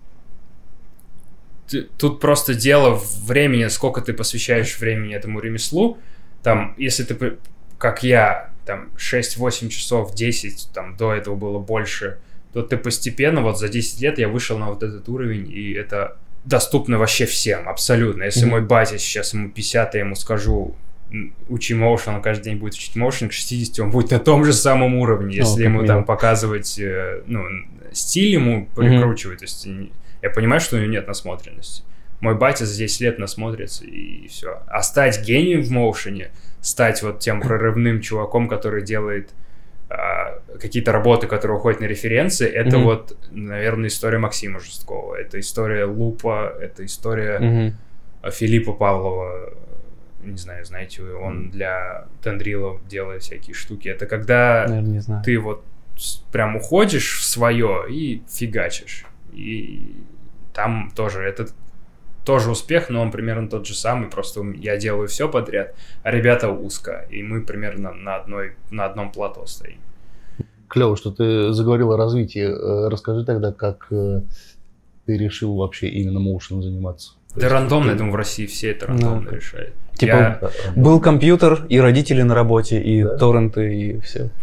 ты- тут просто дело в времени, сколько ты посвящаешь времени этому ремеслу. Там, если ты, п- как я, там шесть-восемь часов, десять, там до этого было больше, то ты постепенно, вот за десять лет я вышел на вот этот уровень, и это доступно вообще всем, абсолютно. Если Мгм. мой батя сейчас, ему пятьдесят, я ему скажу, м, учи моушен, он каждый день будет учить моушен, к шестидесяти он будет на том же самом уровне, если как ему мило. там показывать, э, ну, стиль ему прикручивать, то есть н- я понимаю, что у него нет насмотренности. Мой батя за десять лет насмотрится, и все. А стать гением в моушене, стать вот тем прорывным чуваком, который делает а, какие-то работы, которые уходят на референсы, это Мгм. вот, наверное, история Максима Жесткова, это история Лупа, это история Мгм. а, Филиппа Павлова, не знаю, знаете вы, он для Тендрила делает всякие штуки. Это когда Наверное, не знаю. ты вот с- прям уходишь в свое и фигачишь. И там тоже это тоже успех, но он примерно тот же самый, просто я делаю все подряд, а ребята узко, и мы примерно на, одной, на одном плато стоим. Клево, что ты заговорил о развитии. Э, Расскажи тогда, как э, ты решил вообще именно моушеном заниматься. То Да есть рандомно, ты- я думаю, в России все это рандомно Ну, решают. типа, Я- Да, Был компьютер, и родители на работе, и Да. торренты, и все.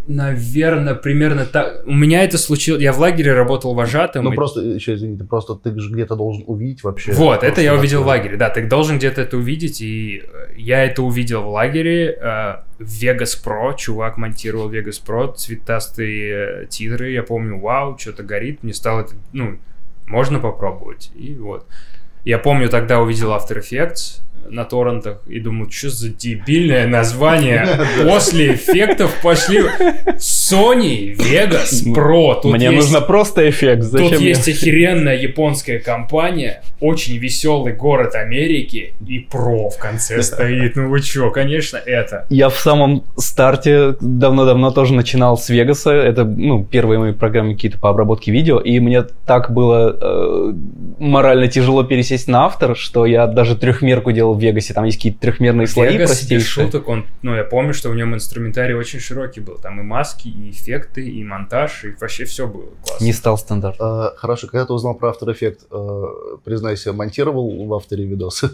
Наверное, примерно так. У меня это случилось... Я в лагере работал вожатым. Ну, и... просто, еще извини, ты просто ты же где-то должен увидеть вообще. Вот, это я увидел такое. в лагере. Да, ты должен где-то это увидеть. И я это увидел в лагере. В Vegas Pro. Чувак монтировал Vegas Pro. Цветастые титры. Я помню, вау, что-то горит. Мне стало это... Ну, можно попробовать. И вот. Я помню, тогда увидел After Effects на торрентах и думаю, что за дебильное название. После эффектов пошли Sony Vegas Pro. Тут Мне есть, нужно просто эффект. Зачем тут мне? есть охеренная японская компания, очень веселый город Америки и Pro в конце стоит. Ну вы чё, конечно, это. Я в самом старте давно-давно тоже начинал с Вегаса. Это, ну, первые мои программы какие-то по обработке видео. И мне так было э, морально тяжело пересесть на After, что я даже трехмерку делал в Вегасе. Там есть какие-то трехмерные слои Vegas, без простейшие. шуток, он, ну, я помню, что в нем инструментарий очень широкий был. Там и маски, и эффекты, и монтаж, и вообще все было классно. Не стал стандарт. А, хорошо, когда ты узнал про After Effects, э, признайся, монтировал в After видосы?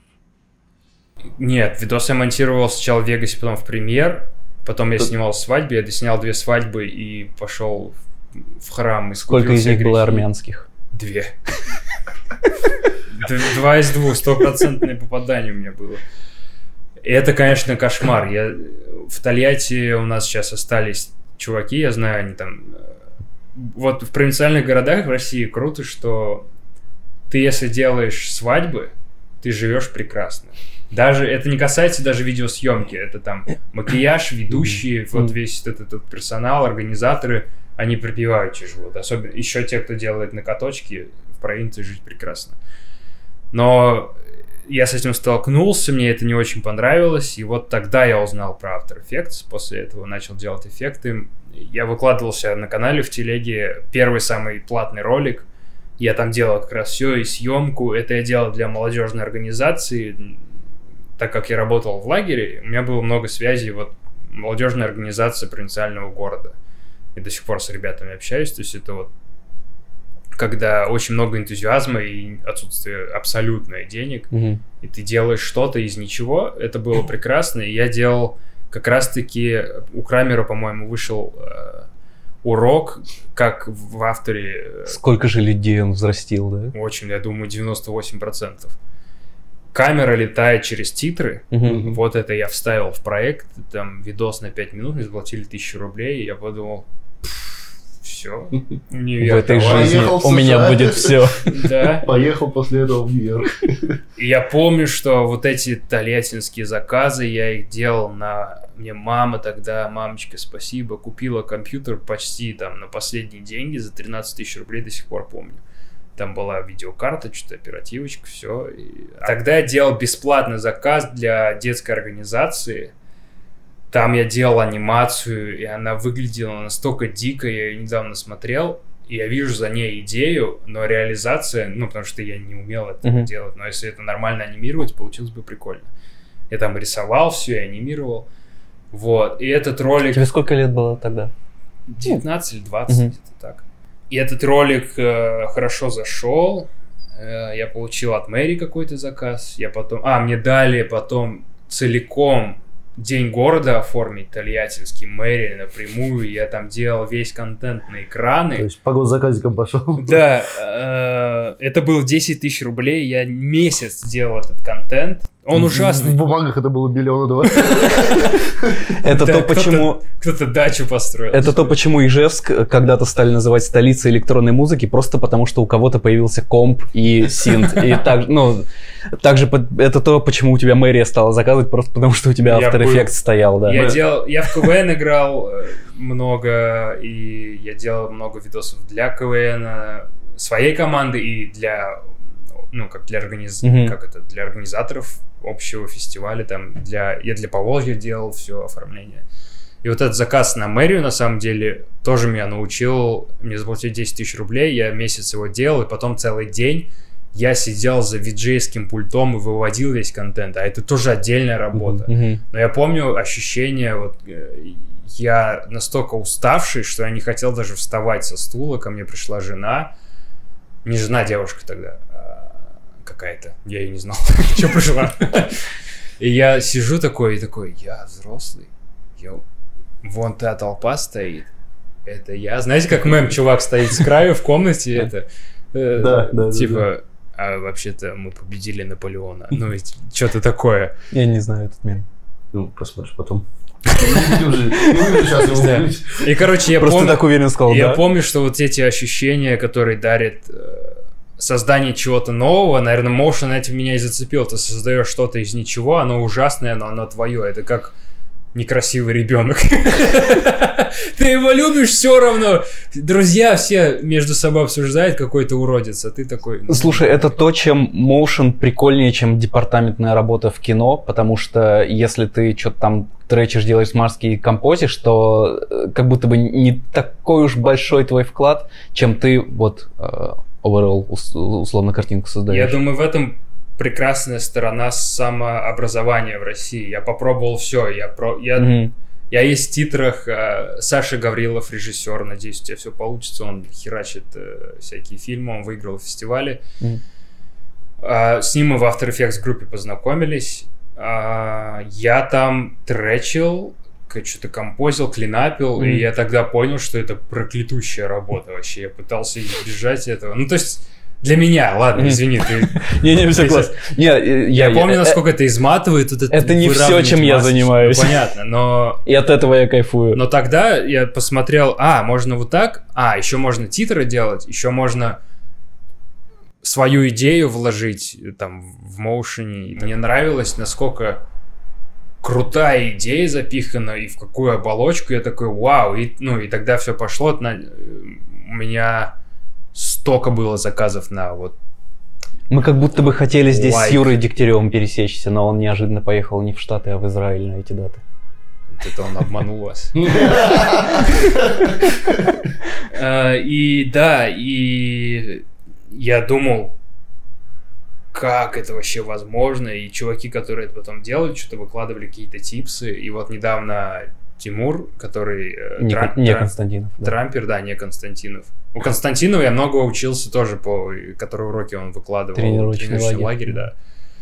Нет, видосы я монтировал сначала в Вегасе, потом в Premiere. Потом я Тут... снимал свадьбы, я доснял две свадьбы и пошел в храм. И Сколько из них грехи. было армянских? Две. Два из двух, стопроцентное попадание у меня было. И это, конечно, кошмар. Я... В Тольятти у нас сейчас остались чуваки, я знаю, они там... Вот в провинциальных городах в России круто, что ты, если делаешь свадьбы, ты живешь прекрасно. Даже это не касается даже видеосъемки, это там макияж, ведущие, вот весь этот, этот персонал, организаторы, они припеваючи живут. Особенно еще те, кто делает накаточки, в провинции жить прекрасно. Но я с этим столкнулся, мне это не очень понравилось, и вот тогда я узнал про After Effects, после этого начал делать эффекты. Я выкладывался на канале в телеге, первый самый платный ролик, я там делал как раз все, и съемку, это я делал для молодежной организации, так как я работал в лагере, у меня было много связей, вот молодежная организация провинциального города, и до сих пор с ребятами общаюсь, то есть это вот когда очень много энтузиазма и отсутствие абсолютно денег, mm-hmm. и ты делаешь что-то из ничего, это было прекрасно. И я делал как раз-таки, у Крамера, по-моему, вышел э, урок, как в авторе... Сколько же людей он взрастил, да? Очень, я думаю, девяносто восемь процентов. Камера летает через титры, mm-hmm. вот это я вставил в проект, там видос на пять минут, мне заплатили тысячу рублей, и я подумал... Все. В этой жизни у меня будет все. Да. Поехал после этого в Нью-Йорк. И я помню, что вот эти тольяттинские заказы, я их делал на... Мне мама тогда, мамочка, спасибо, купила компьютер почти там на последние деньги за тринадцать тысяч рублей, до сих пор помню. Там была видеокарта, что-то оперативочка, все. И... Тогда я делал бесплатный заказ для детской организации. Там я делал анимацию, и она выглядела настолько дико, я ее недавно смотрел, и я вижу за ней идею, но реализация, ну, потому что я не умел это uh-huh. делать, но если это нормально анимировать, получилось бы прикольно. Я там рисовал все, я анимировал, вот, и этот ролик... Тебе сколько лет было тогда? девятнадцать или двадцать, uh-huh. где-то так. И этот ролик э, хорошо зашел, э, я получил от Мэри какой-то заказ, я потом... А, мне дали потом целиком... День города оформить, тольяттинский, мэрия напрямую, я там делал весь контент на экраны. То есть по госзаказикам пошел? Да, э, это было десять тысяч рублей, я месяц делал этот контент, он ужасный. В бумагах это было миллиона два. Это то, почему... Кто-то дачу построил. Это то, почему Ижевск когда-то стали называть столицей электронной музыки, просто потому что у кого-то появился комп и синт. И так, ну, также это то, почему у тебя мэрия стала заказывать, просто потому что у тебя After Effects стоял, да. Я делал, я в КВН играл много, и я делал много видосов для КВН, своей команды и для, ну, как для организ... mm-hmm. как это, для организаторов общего фестиваля, там, для, я для Поволжья делал все оформление. И вот этот заказ на мэрию, на самом деле, тоже меня научил, мне заплатили десять тысяч рублей, я месяц его делал, и потом целый день я сидел за виджейским пультом и выводил весь контент, а это тоже отдельная работа. Mm-hmm. Но я помню ощущение, вот, я настолько уставший, что я не хотел даже вставать со стула, ко мне пришла жена, не жена, девушка тогда, какая-то, я ее не знал, что пришла. И я сижу такой, и такой, я взрослый, я вон та толпа стоит, это я. Знаете, как мем, чувак стоит с краю в комнате, это... Да, да, типа, а вообще-то мы победили Наполеона. Ну, что-то такое. Я не знаю этот мем. Ну, посмотришь потом. И, короче, я Просто помню... так уверенно сказал, Я да? помню, что вот эти ощущения, которые дарит создание чего-то нового, наверное, Motion этим меня и зацепил. Ты создаешь что-то из ничего, оно ужасное, но оно твое. Это как некрасивый ребенок. Ты его любишь все равно. Друзья все между собой обсуждают, какой ты уродец, а ты такой... Слушай, это то, чем Motion прикольнее, чем департаментная работа в кино, потому что если ты что-то там тречишь, делаешь смарский композишь, то как будто бы не такой уж большой твой вклад, чем ты вот overall условно картинку создаешь. Я думаю, в этом прекрасная сторона самообразования в России. Я попробовал все. Я, про... я... Mm-hmm. я есть в титрах. Э, Саша Гаврилов, режиссер. Надеюсь, у тебя все получится. Он херачит э, всякие фильмы. Он выиграл фестивали. Mm-hmm. Э, с ним мы в After Effects группе познакомились. Э, я там тречил, что-то композил, клинапил. Mm-hmm. И я тогда понял, что это проклятущая работа вообще. Я пытался избежать этого. Ну, то есть... Для меня, ладно, извини, ты... Не-не, все класс. Я помню, насколько это изматывает. Это не все, чем я занимаюсь. Понятно, но... И от этого я кайфую. Но тогда я посмотрел, а, можно вот так, а, еще можно титры делать, еще можно свою идею вложить там в моушене. Мне нравилось, насколько крутая идея запихана и в какую оболочку. Я такой, вау, и, ну и тогда все пошло. На... У меня... Столько было заказов на вот... Мы как будто бы хотели здесь Лайк. с Юрой Дегтяревым пересечься, но он неожиданно поехал не в Штаты, а в Израиль на эти даты. Это он обманул вас. И да, и я думал, как это вообще возможно, и чуваки, которые это потом делали, что-то выкладывали какие-то типсы, и вот недавно Тимур, который... Не, Трам, не Трам, Константинов. Да. Трампер, да, не Константинов. У Константинова я много учился тоже, по которые уроки он выкладывал. Тренировочный, Тренировочный лагерь. лагерь,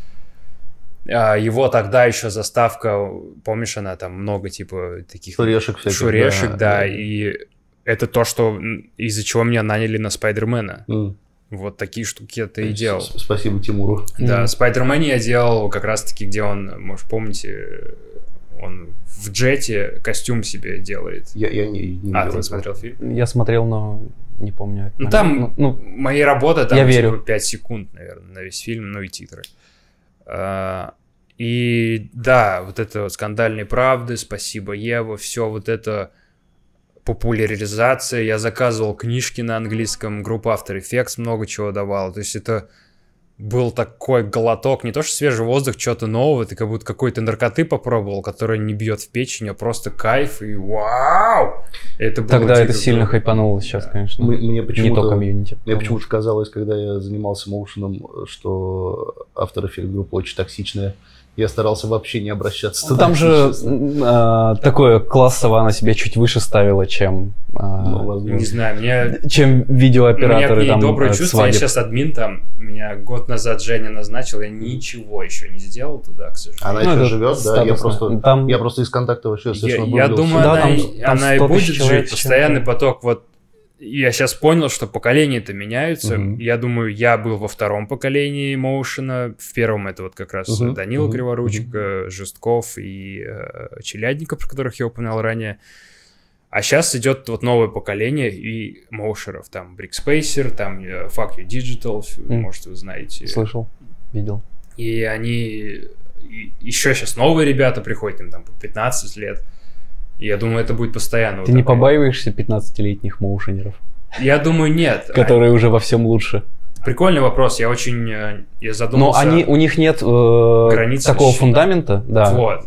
да. Его тогда еще заставка, помнишь, она там много типа таких... Шурешек всяких. Шурешек, да, да. И это то, что из-за чего меня наняли на Спайдермена. Mm. Вот такие штуки ты и делал. Спасибо Тимуру. Да, Mm. Спайдермене я делал как раз-таки, где он, может, помните... Он в джете костюм себе делает. Я, я не, не а, видел ты этого. смотрел фильм? Я смотрел, но не помню. Ну, там ну, моя работа, там я типа верю. пять секунд, наверное, на весь фильм, ну и титры. А, и да, вот это вот «Скандальные правды», «Спасибо, Ева», все вот это популяризация. Я заказывал книжки на английском, группа After Effects много чего давала. То есть это... был такой глоток, не то что свежий воздух, что-то нового, ты как будто какой-то наркоты попробовал, которая не бьет в печень, а просто кайф, и вау! Это было Тогда это дико сильно круто. хайпануло сейчас, Да. конечно. Мы- мне Не почему-то, то комьюнити. мне почему-то казалось, когда я занимался моушеном, что After Effects группа очень токсичная. Я старался вообще не обращаться туда. Там же а, такое классово она себя чуть выше ставила, чем, а, Ну, возможно. Не знаю, мне... чем У меня к видеооператоры ней там доброе от чувство, я свадеб. сейчас админ там, меня год назад Женя назначил, я ничего еще не сделал туда, к сожалению. Она Ну, еще это живет, да? Я статусно. просто, Там- я просто из контакта вообще Я, совершенно я выбрался. думаю, Да, она, там- и- там она и сто будет тысяч человек жить, с постоянный чем-то. поток. Вот я сейчас понял, что поколения-то меняются. Мгм. Я думаю, я был во втором поколении Моушена. В первом это вот как раз Мгм, Данила мгм, Криворучко, Жестков и э, Челядников, про которых я упоминал ранее. А сейчас идет вот новое поколение и моушеров. Там Брикспейсер, там э, Fuck You Digital, Мгм. может, вы знаете. Слышал, видел. И они... и еще сейчас новые ребята приходят, им там по пятнадцать лет. И я думаю, это будет постоянно. Ты вот не такое. побаиваешься пятнадцатилетних моушенеров, Я думаю, нет. которые уже во всем лучше? А, Прикольный вопрос. Я очень... э, Я Но задумался... они, у них нет э, Границ такого защиты. фундамента, да, Вот.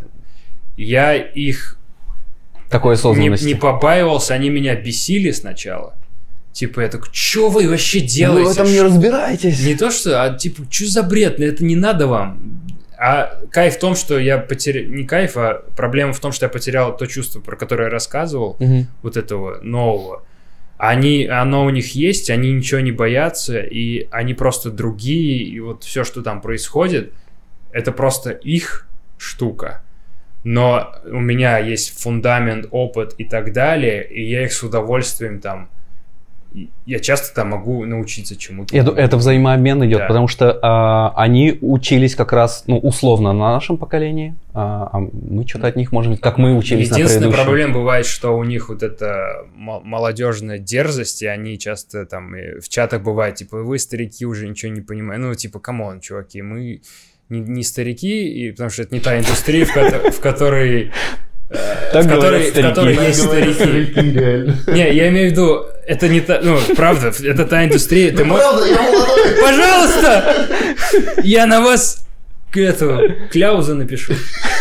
Я их такой не, осознанности. не побаивался, они меня бесили сначала. Типа, я такой, что вы вообще Вы делаете? в этом не разбираетесь. Не то что, а типа, что за бред? Ну, это не надо вам. А кайф в том, что я потерял... Не кайф, а проблема в том, что я потерял то чувство, про которое я рассказывал, Мгм. вот этого нового. Они, оно у них есть, они ничего не боятся, и они просто другие, и вот все, что там происходит, это просто их штука. но у меня есть фундамент, опыт и так далее, и я их с удовольствием там, я часто там могу научиться чему-то. Это, это взаимообмен идет, да. потому что а, они учились как раз, ну, условно на нашем поколении, а, а мы что-то от них можем, как мы учились на предыдущем. Единственная проблема бывает, что у них вот эта молодежная дерзость, и они часто там и в чатах бывает, типа, вы старики уже ничего не понимаете, ну, типа, камон, чуваки, мы не, не старики, и, потому что это не та индустрия, в, ко- в которой... Так в которой, в которой Так есть говорят старики. старики, реально. Не, я имею в виду, это не та, ну, правда, это та индустрия. Ты мо- Правда, я молодой. Пожалуйста! Я на вас к эту кляузу напишу.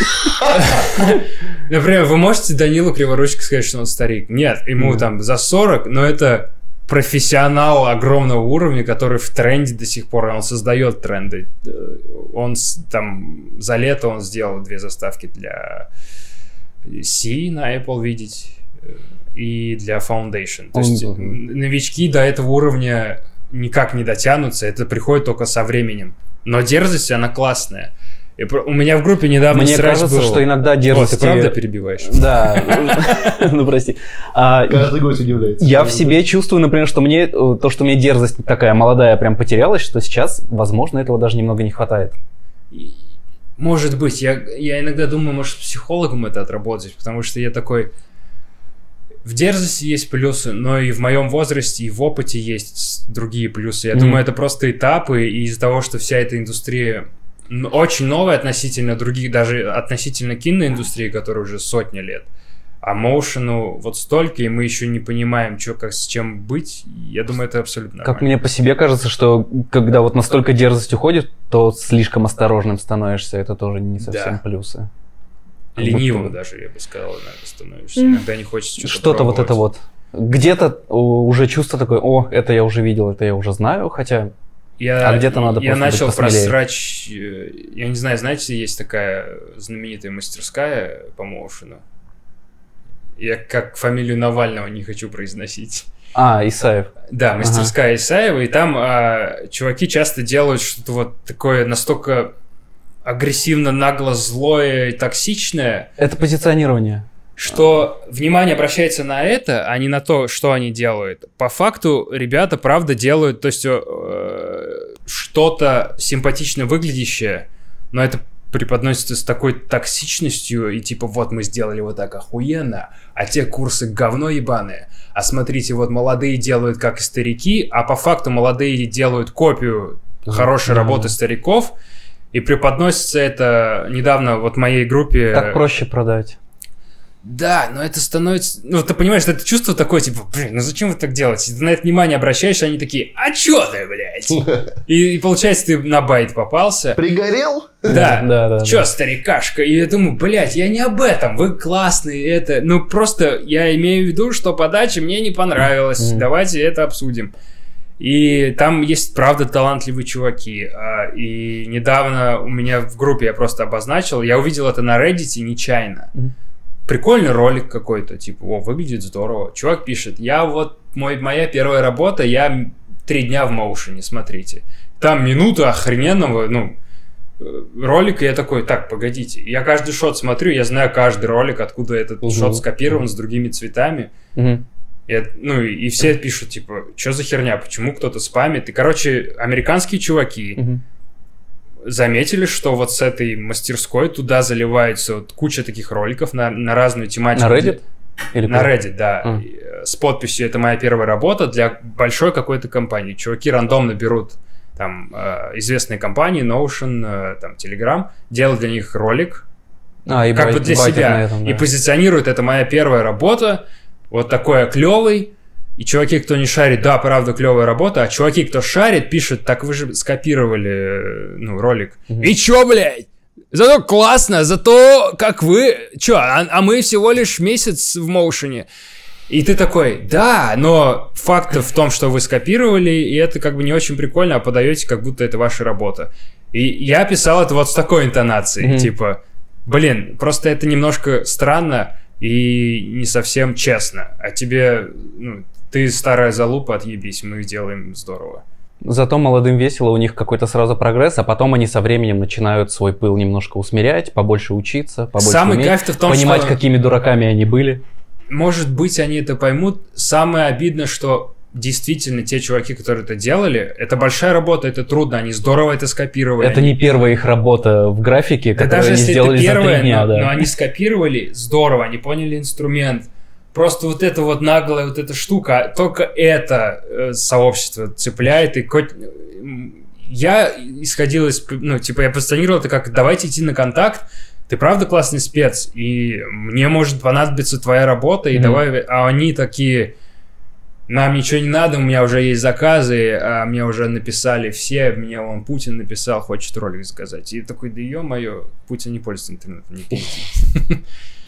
Например, вы можете Данилу Криворучко сказать, что он старик? Нет, ему там за сорок, но это профессионал огромного уровня, который в тренде до сих пор, он создает тренды. Он с- там за лето он сделал две заставки для C на Apple видеть и для Foundation. То Он есть должен. новички до этого уровня никак не дотянутся, это приходит только со временем. Но дерзость, она классная. И про- у меня в группе недавно Мне срач кажется, был. что иногда О, дерзости... ты правда перебиваешь? Да, ну прости. А, Каждый гость удивляется. Я в себе чувствую, например, что мне э, то, что мне дерзость такая молодая прям потерялась, что сейчас, возможно, этого даже немного не хватает. И- Может быть, я, я иногда думаю, может, с психологом это отработать, потому что я такой... В дерзости есть плюсы, но и в моем возрасте, и в опыте есть с- другие плюсы. Я Мгм. думаю, это просто этапы, и из-за того, что вся эта индустрия н- очень новая относительно других, даже относительно киноиндустрии, которая уже сотни лет, а моушену вот столько, и мы еще не понимаем, что, как, с чем быть, я думаю, это абсолютно нормально. Как мне по себе кажется, что когда вот настолько дерзость уходит, то слишком осторожным становишься, это тоже не совсем Да. плюсы. Как Ленивым будто- даже, я бы сказал, иногда становишься. Иногда не хочется что-то Что-то вот это пробовать. вот. Где-то о, уже чувство такое, о, это я уже видел, это я уже знаю, хотя... Я, А где-то надо я просто быть начал посмелее. просрач... э, Я не знаю, знаете, есть такая знаменитая мастерская по моушену. Я как фамилию Навального не хочу произносить. А, Исаев. Да, мастерская Исаева, и там а, чуваки часто делают что-то вот такое настолько агрессивно, нагло, злое и токсичное, Это позиционирование. что внимание обращается на это, а не на то, что они делают. По факту ребята правда делают, то есть э, что-то симпатично выглядящее, но это преподносится с такой токсичностью, и типа вот мы сделали вот так охуенно, а те курсы говно ебаные. А смотрите, вот молодые делают как и старики, а по факту молодые делают копию хорошей Да. работы стариков, и преподносится это недавно вот в моей группе. Так проще продать. Да, но это становится... Ну, ты понимаешь, это чувство такое, типа, блин, ну зачем вы так делаете? Ты на это внимание обращаешь, они такие, а чё ты, блядь? И, и получается, ты на байт попался. Пригорел? Да, Да, да, чё, да. старикашка? И я думаю, блядь, я не об этом, вы классные, это... Ну, просто я имею в виду, что подача мне не понравилась, Мгм. давайте это обсудим. И там есть, правда, талантливые чуваки. А, И недавно у меня в группе я просто обозначил, я увидел это на Reddit нечаянно. Мгм. Прикольный ролик какой-то, типа, о, выглядит здорово. Чувак пишет, я вот, мой, моя первая работа, я м- три дня в моушене, смотрите. Там минута охрененного, ну, э, ролика, я такой, так, погодите. Я каждый шот смотрю, я знаю каждый ролик, откуда этот Мгм. шот скопирован с другими цветами. Мгм. И, ну, и все пишут, типа, что за херня, почему кто-то спамит. И, короче, американские чуваки Мгм. заметили, что вот с этой мастерской туда заливается вот куча таких роликов на, на разную тематику. На Reddit? Или На куда? Reddit, да. А. И, э, С подписью «Это моя первая работа» для большой какой-то компании. Чуваки рандомно берут там э, известные компании, Notion, э, там, Telegram, делают для них ролик, А, и как бай- бы для байтят себя, на этом, и да. позиционируют «Это моя первая работа», вот такой клевый. И чуваки, кто не шарит, да, правда, клевая работа, а чуваки, кто шарит, пишут, так вы же скопировали, э, ну, ролик. Мгм. И чё, блядь? Зато классно, зато как вы... Чё, а, а мы всего лишь месяц в моушене. И ты такой, да, но факт в том, что вы скопировали, и это как бы не очень прикольно, а подаете, как будто это ваша работа. И я писал это вот с такой интонацией, Мгм. типа, блин, просто это немножко странно и не совсем честно. А тебе, ну, ты старая залупа, отъебись, мы делаем здорово. Зато молодым весело, у них какой-то сразу прогресс, а потом они со временем начинают свой пыл немножко усмирять, побольше учиться, побольше Самый уметь, кайф-то в том, понимать, что... какими дураками они были. Может быть, они это поймут. Самое обидное, что действительно те чуваки, которые это делали, это большая работа, это трудно, они здорово это скопировали. Это не первая их работа в графике, Да которую даже они если сделали это первая, за три дня. но, Да. но они скопировали здорово, они поняли инструмент. Просто вот эта вот наглая вот эта штука, только это э, сообщество цепляет. И хоть... Я исходил из... Ну, типа, я позиционировал это как давайте идти на контакт, ты правда классный спец, и мне может понадобиться твоя работа, и mm-hmm. давай... А они такие... Нам ничего не надо, у меня уже есть заказы, а мне уже написали все, мне вон Путин написал, хочет ролик заказать. И такой, да ё-моё, Путин не пользуется интернетом, не пейте.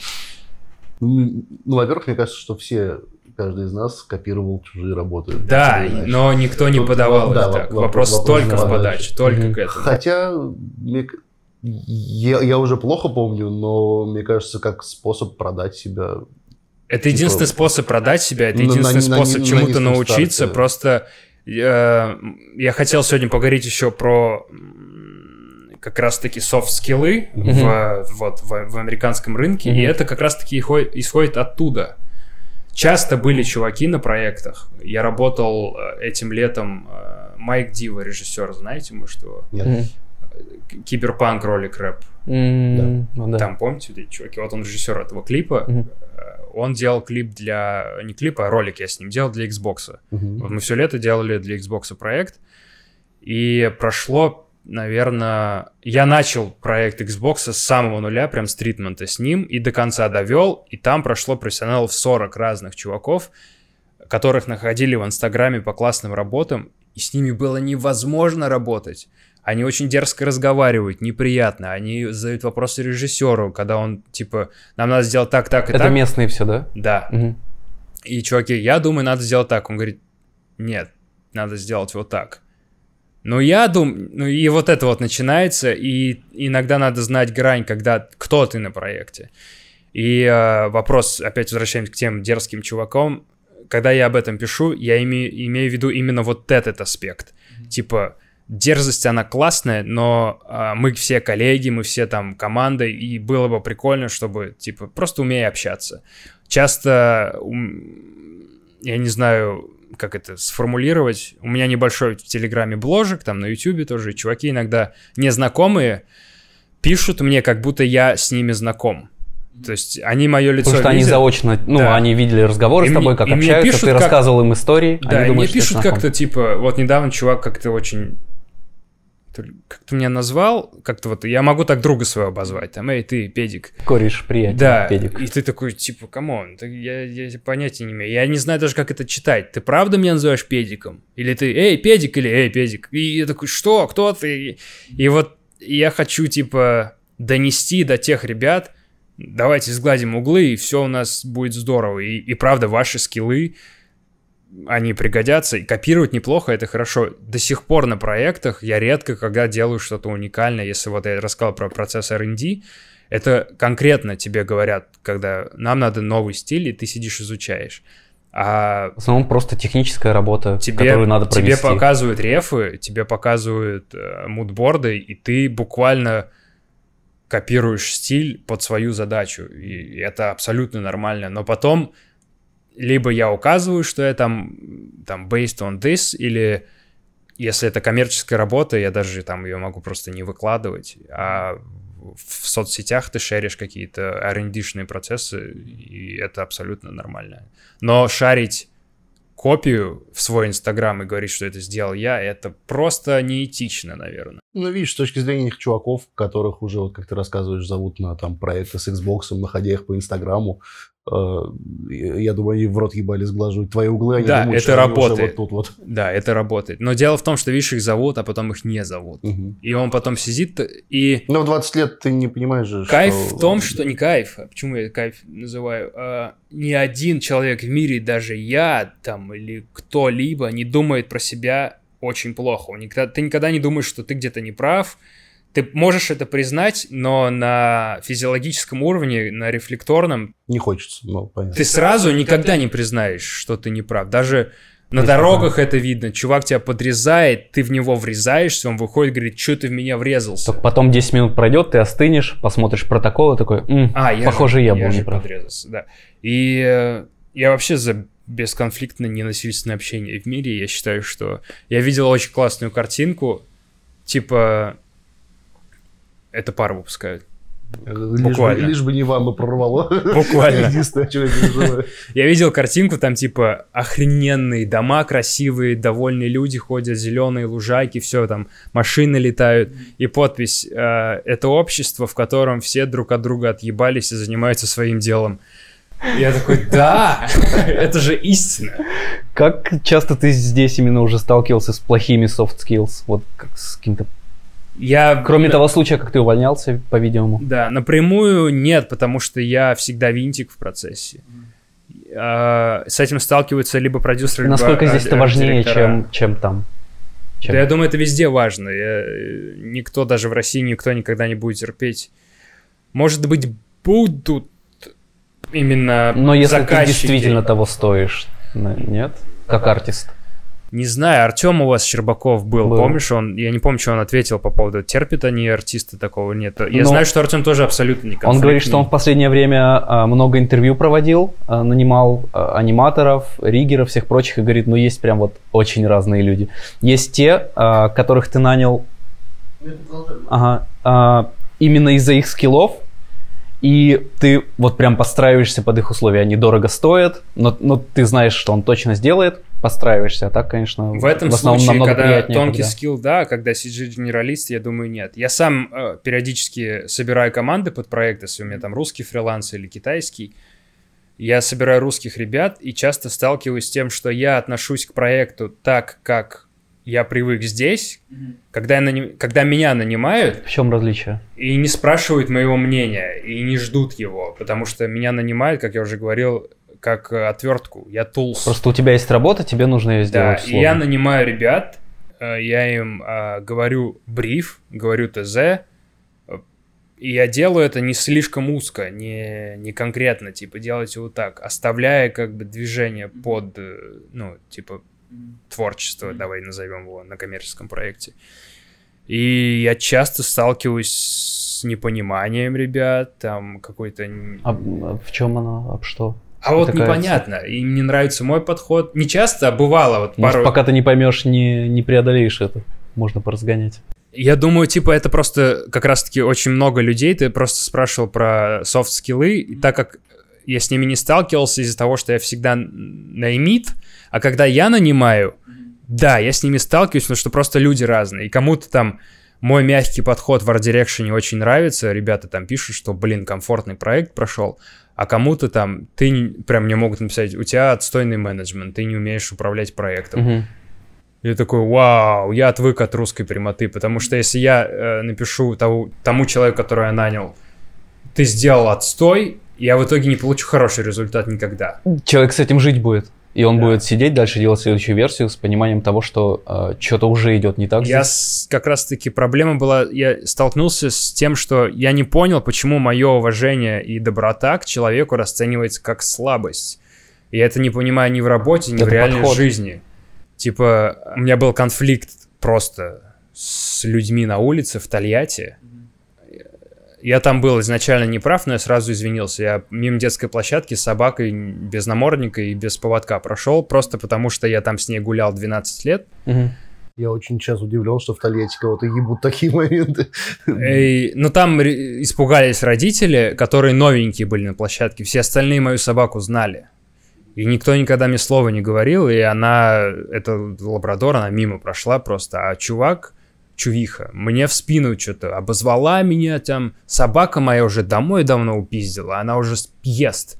Ну, во-первых, мне кажется, что все, каждый из нас копировал чужие работы. Да, но никто не Тут, подавал да, их так. Вопрос, Вопрос только в подаче. подаче, только Mm-hmm. к этому. Хотя, мне, я, я уже плохо помню, но мне кажется, как способ продать себя... Это единственный типа, способ продать себя, это на, единственный на, способ на, чему-то на научиться. старте. Просто э, я хотел сегодня поговорить еще про как раз-таки софт-скиллы Mm-hmm. в, вот, в, в американском рынке, mm-hmm. и это как раз-таки исходит оттуда. Часто были чуваки на проектах. Я работал этим летом, Майк Дива, режиссер, знаете, может, его? Нет. Mm-hmm. Киберпанк ролик рэп. Mm-hmm. Да. Ну, да. Там, помните, эти чуваки? Вот он режиссер этого клипа. Mm-hmm. Он делал клип для... Не клипа, а ролик я с ним делал для Xbox. Mm-hmm. Вот мы все лето делали для Xbox проект. И прошло, наверное... Я начал проект Xbox с самого нуля, прям с тритмента с ним, и до конца довел. И там прошло профессионалов сорок разных чуваков, которых находили в Инстаграме по классным работам. И с ними было невозможно работать. Они очень дерзко разговаривают, неприятно. Они задают вопросы режиссеру, когда он, типа, нам надо сделать так, так и Это так. Это местные все, да? Да. Угу. И, чуваки, я думаю, надо сделать так. Он говорит, нет, надо сделать вот так. Ну, я думаю, ну и вот это вот начинается, и иногда надо знать грань, когда, кто ты на проекте. И э, вопрос, опять возвращаемся к тем дерзким чувакам. Когда я об этом пишу, я име, имею в виду именно вот этот аспект. Mm-hmm. Типа, дерзость, она классная, но а, мы все коллеги, мы все там команда, и было бы прикольно, чтобы, типа, просто умей общаться. Часто, я не знаю, как это сформулировать, у меня небольшой в Телеграме бложек, там на Ютубе тоже, и чуваки иногда незнакомые пишут мне, как будто я с ними знаком. То есть они мое лицо Потому что видят. Они заочно, ну, да. они видели разговоры и с тобой, как общаются, ты как... рассказывал им истории. Да, они и думают, мне пишут как-то, типа, вот недавно чувак как-то очень... Как-то меня назвал, как-то вот, я могу так друга своего обозвать, там, эй, ты, педик. Кореш, приятель, да, педик. И ты такой, типа, камон, я, я понятия не имею, я не знаю даже, как это читать. Ты правда меня называешь педиком? Или ты, эй, педик, или эй, педик? И я такой, что, кто ты? И вот я хочу, типа, донести до тех ребят, давайте сгладим углы, и все у нас будет здорово. И, и правда, ваши скиллы, они пригодятся. И копировать неплохо, это хорошо. До сих пор на проектах я редко, когда делаю что-то уникальное, если вот я рассказал про процесс ар энд ди, это конкретно тебе говорят, когда нам надо новый стиль, и ты сидишь изучаешь. А в основном просто техническая работа, тебе, которую надо провести. Тебе показывают рефы, тебе показывают э, мудборды, и ты буквально копируешь стиль под свою задачу, и это абсолютно нормально. Но потом либо я указываю, что я там, там based on this, или если это коммерческая работа, я даже там ее могу просто не выкладывать, а в соцсетях ты шеришь какие-то ар энд ди-шные процессы, и это абсолютно нормально. Но шарить копию в свой Инстаграм и говорить, что это сделал я, это просто неэтично, наверное. Ну, видишь, с точки зрения этих чуваков, которых уже, вот как ты рассказываешь, зовут на там проекты с Xbox, находя их по Инстаграму, э, я думаю, они в рот ебали сглаживают твои углы, они да, думают, это что работает. Они уже вот тут вот. Да, это работает. Но дело в том, что, видишь, их зовут, а потом их не зовут. Угу. И он потом сидит и... Но в двадцать лет ты не понимаешь же, Кайф что... в том, что... Не кайф, а почему я кайф называю? А, ни один человек в мире, даже я там или кто-либо, не думает про себя очень плохо. Никогда, ты никогда не думаешь, что ты где-то не прав. Ты можешь это признать, но на физиологическом уровне, на рефлекторном... Не хочется, ну, понятно. Ты сразу никогда не признаешь, что ты не прав. Даже На есть дорогах такое. Это видно. Чувак тебя подрезает, ты в него врезаешься, он выходит, говорит, что ты в меня врезался. Только потом десять минут пройдет, ты остынешь, посмотришь протокол и такой, М, а, я похоже, же, я, я был неправ. Подрезался, да. И э, я вообще за бесконфликтное ненасильственное общение в мире. Я считаю, что... Я видел очень классную картинку, типа... Это пар выпускают. Лишь бы, лишь бы не ванну прорвало. Буквально. Единственное, чего я переживаю. Я видел картинку, там типа охрененные дома, красивые, довольные люди ходят, зеленые лужайки, все там, машины летают. И подпись э, «Это общество, в котором все друг от друга отъебались и занимаются своим делом». Я такой, да, это же истина. Как часто ты здесь именно уже сталкивался с плохими soft skills? Вот как с каким-то... Я... Кроме того случая, как ты увольнялся, по-видимому. Да, напрямую нет, потому что я всегда винтик в процессе. А, с этим сталкиваются либо продюсеры, либо насколько здесь это важнее, чем, чем там? Чем? Да, я думаю, это везде важно. Я... Никто, даже в России, никто никогда не будет терпеть. Может быть, будут именно но если заказчики. Ты действительно того стоишь, нет? Как артист. Не знаю, Артем у вас Щербаков был, был, помнишь, он, я не помню, что он ответил по поводу, терпит они артисты, такого нет. Я но знаю, что Артем тоже абсолютно не конфликтный. Он говорит, что он в последнее время а, много интервью проводил, а, нанимал а, аниматоров, риггеров, всех прочих, и говорит, ну есть прям вот очень разные люди. Есть те, а, которых ты нанял ага, а, именно из-за их скиллов, и ты вот прям подстраиваешься под их условия. Они дорого стоят, но, но ты знаешь, что он точно сделает, подстраиваешься. А так, конечно, в этом в случае, когда тонкий когда... скилл, да, когда си джи-генералист, я думаю, нет. Я сам э, периодически собираю команды под проекты, если у меня там русский фриланс или китайский. Я собираю русских ребят и часто сталкиваюсь с тем, что я отношусь к проекту так, как я привык здесь, mm-hmm. когда, я наним... когда меня нанимают... В чем различие? И не спрашивают моего мнения, и не ждут его, потому что меня нанимают, как я уже говорил, как отвертку. Я tools. Просто у тебя есть работа, тебе нужно ее сделать. Да, и я нанимаю ребят, я им э, говорю бриф, говорю ТЗ, и я делаю это не слишком узко, не, не конкретно, типа, делайте вот так, оставляя как бы движение под, ну, типа, творчество, mm-hmm. давай назовем его, на коммерческом проекте. И я часто сталкиваюсь с непониманием ребят, там какой-то... А в чем оно? Об что? А это вот кажется... непонятно. Им не нравится мой подход. Не часто, а бывало вот Может, пару... пока ты не поймешь, не, не преодолеешь это. Можно поразгонять. Я думаю, типа, это просто как раз-таки очень много людей. Ты просто спрашивал про софт-скиллы, и так как я с ними не сталкивался из-за того, что я всегда наймит, а когда я нанимаю, да, я с ними сталкиваюсь, потому что просто люди разные. И кому-то там мой мягкий подход в арт-дирекшене очень нравится. Ребята там пишут, что, блин, комфортный проект прошел. А кому-то там, ты не, прям мне могут написать, у тебя отстойный менеджмент, ты не умеешь управлять проектом. Uh-huh. Я такой, вау, я отвык от русской прямоты, потому что если я э, напишу тому, тому человеку, которого я нанял, ты сделал отстой, я в итоге не получу хороший результат никогда. Человек с этим жить будет. И он да. будет сидеть дальше, делать следующую версию с пониманием того, что э, что-то уже идет не так. Я с, как раз-таки проблема была, я столкнулся с тем, что я не понял, почему мое уважение и доброта к человеку расценивается как слабость. И я это не понимаю ни в работе, ни это в реальной подход. Жизни. Типа, у меня был конфликт просто с людьми на улице в Тольятти. Я там был изначально неправ, но я сразу извинился. Я мимо детской площадки с собакой без намордника и без поводка прошел, просто потому что я там с ней гулял двенадцать лет. Угу. Я очень сейчас удивлен, что в Тольятти кого-то ебут такие моменты. И, ну, там испугались родители, которые новенькие были на площадке. Все остальные мою собаку знали. И никто никогда мне слова не говорил, и она, это лабрадор, она мимо прошла просто. А чувак... Чувиха, мне в спину что-то обозвала меня, там, собака моя уже домой давно упиздила, она уже ест.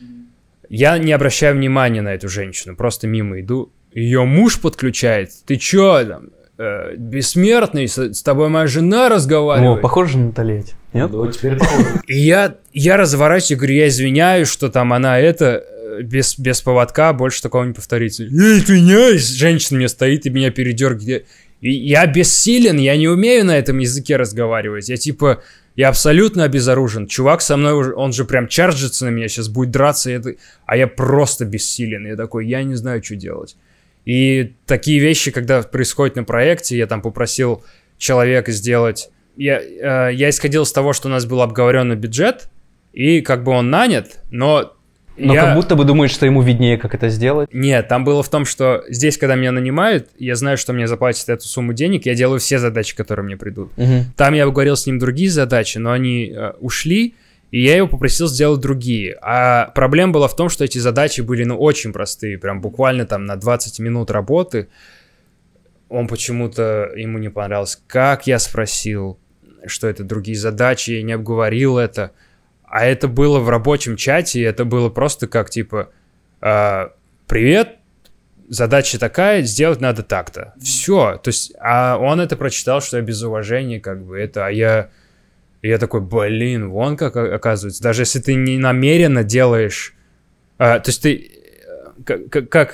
Я не обращаю внимания на эту женщину, просто мимо иду. Ее муж подключает, ты чё там, э, бессмертный, с, с тобой моя жена разговаривает. О, похоже на Тольятти, нет? Ну, теперь похоже. И я, я разворачиваюсь и говорю, я извиняюсь, что там она это... Без, без поводка больше такого не повторится. Я извиняюсь, женщина мне стоит и меня передергивает. И я бессилен, я не умею на этом языке разговаривать. Я типа, я абсолютно обезоружен. Чувак со мной, уже, он же прям чарджится на меня, сейчас будет драться. Это... А я просто бессилен. Я такой, я не знаю, что делать. И такие вещи, когда происходят на проекте, я там попросил человека сделать... Я, э, я исходил из того, что у нас был обговоренный бюджет, и как бы он нанят, но... Но я... как будто бы думаешь, что ему виднее, как это сделать. Нет, там было в том, что здесь, когда меня нанимают, я знаю, что мне заплатят эту сумму денег, я делаю все задачи, которые мне придут. Угу. Там я говорил с ним другие задачи, но они э, ушли, и я его попросил сделать другие. А проблема была в том, что эти задачи были, ну, очень простые, прям буквально там на двадцать минут работы. Он почему-то, ему не понравилось, как я спросил, что это другие задачи, я не обговорил это. А это было в рабочем чате, и это было просто как, типа, э, привет, задача такая, сделать надо так-то. Все. То есть, а он это прочитал, что я без уважения, как бы, это, а я... Я такой, блин, вон как оказывается. Даже если ты не намеренно делаешь... Э, то есть ты... Как, как...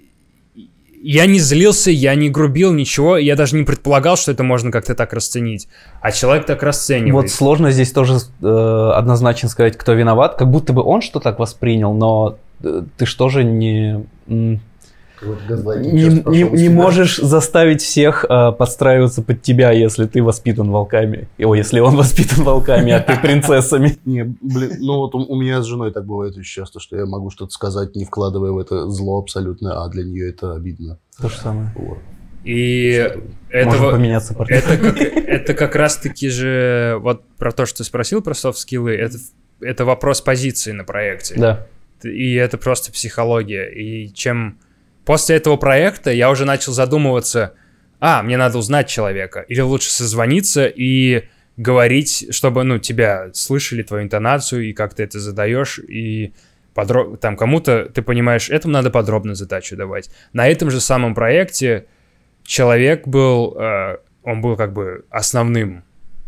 Я не злился, я не грубил, ничего. Я даже не предполагал, что это можно как-то так расценить. А человек так расценивает. Вот сложно здесь тоже э, однозначно сказать, кто виноват. Как будто бы он что так воспринял, но э, ты ж тоже не... М- Не, не, не можешь заставить всех э, подстраиваться под тебя, если ты воспитан волками. О, если он воспитан волками, а ты принцессами. Не, блин, ну вот у, у меня с женой так бывает очень часто, что я могу что-то сказать, не вкладывая в это зло абсолютно, а для нее это обидно. То же самое. Вот. И это, Может вот, поменяться партнер. это, как, это как раз-таки же вот про то, что ты спросил про софт-скиллы, это, это вопрос позиции на проекте. Да. И это просто психология. И чем... После этого проекта я уже начал задумываться, а, мне надо узнать человека, или лучше созвониться и говорить, чтобы, ну, тебя слышали, твою интонацию, и как ты это задаешь, и подро... там кому-то, ты понимаешь, этому надо подробно задачу давать. На этом же самом проекте человек был, э, он был как бы основным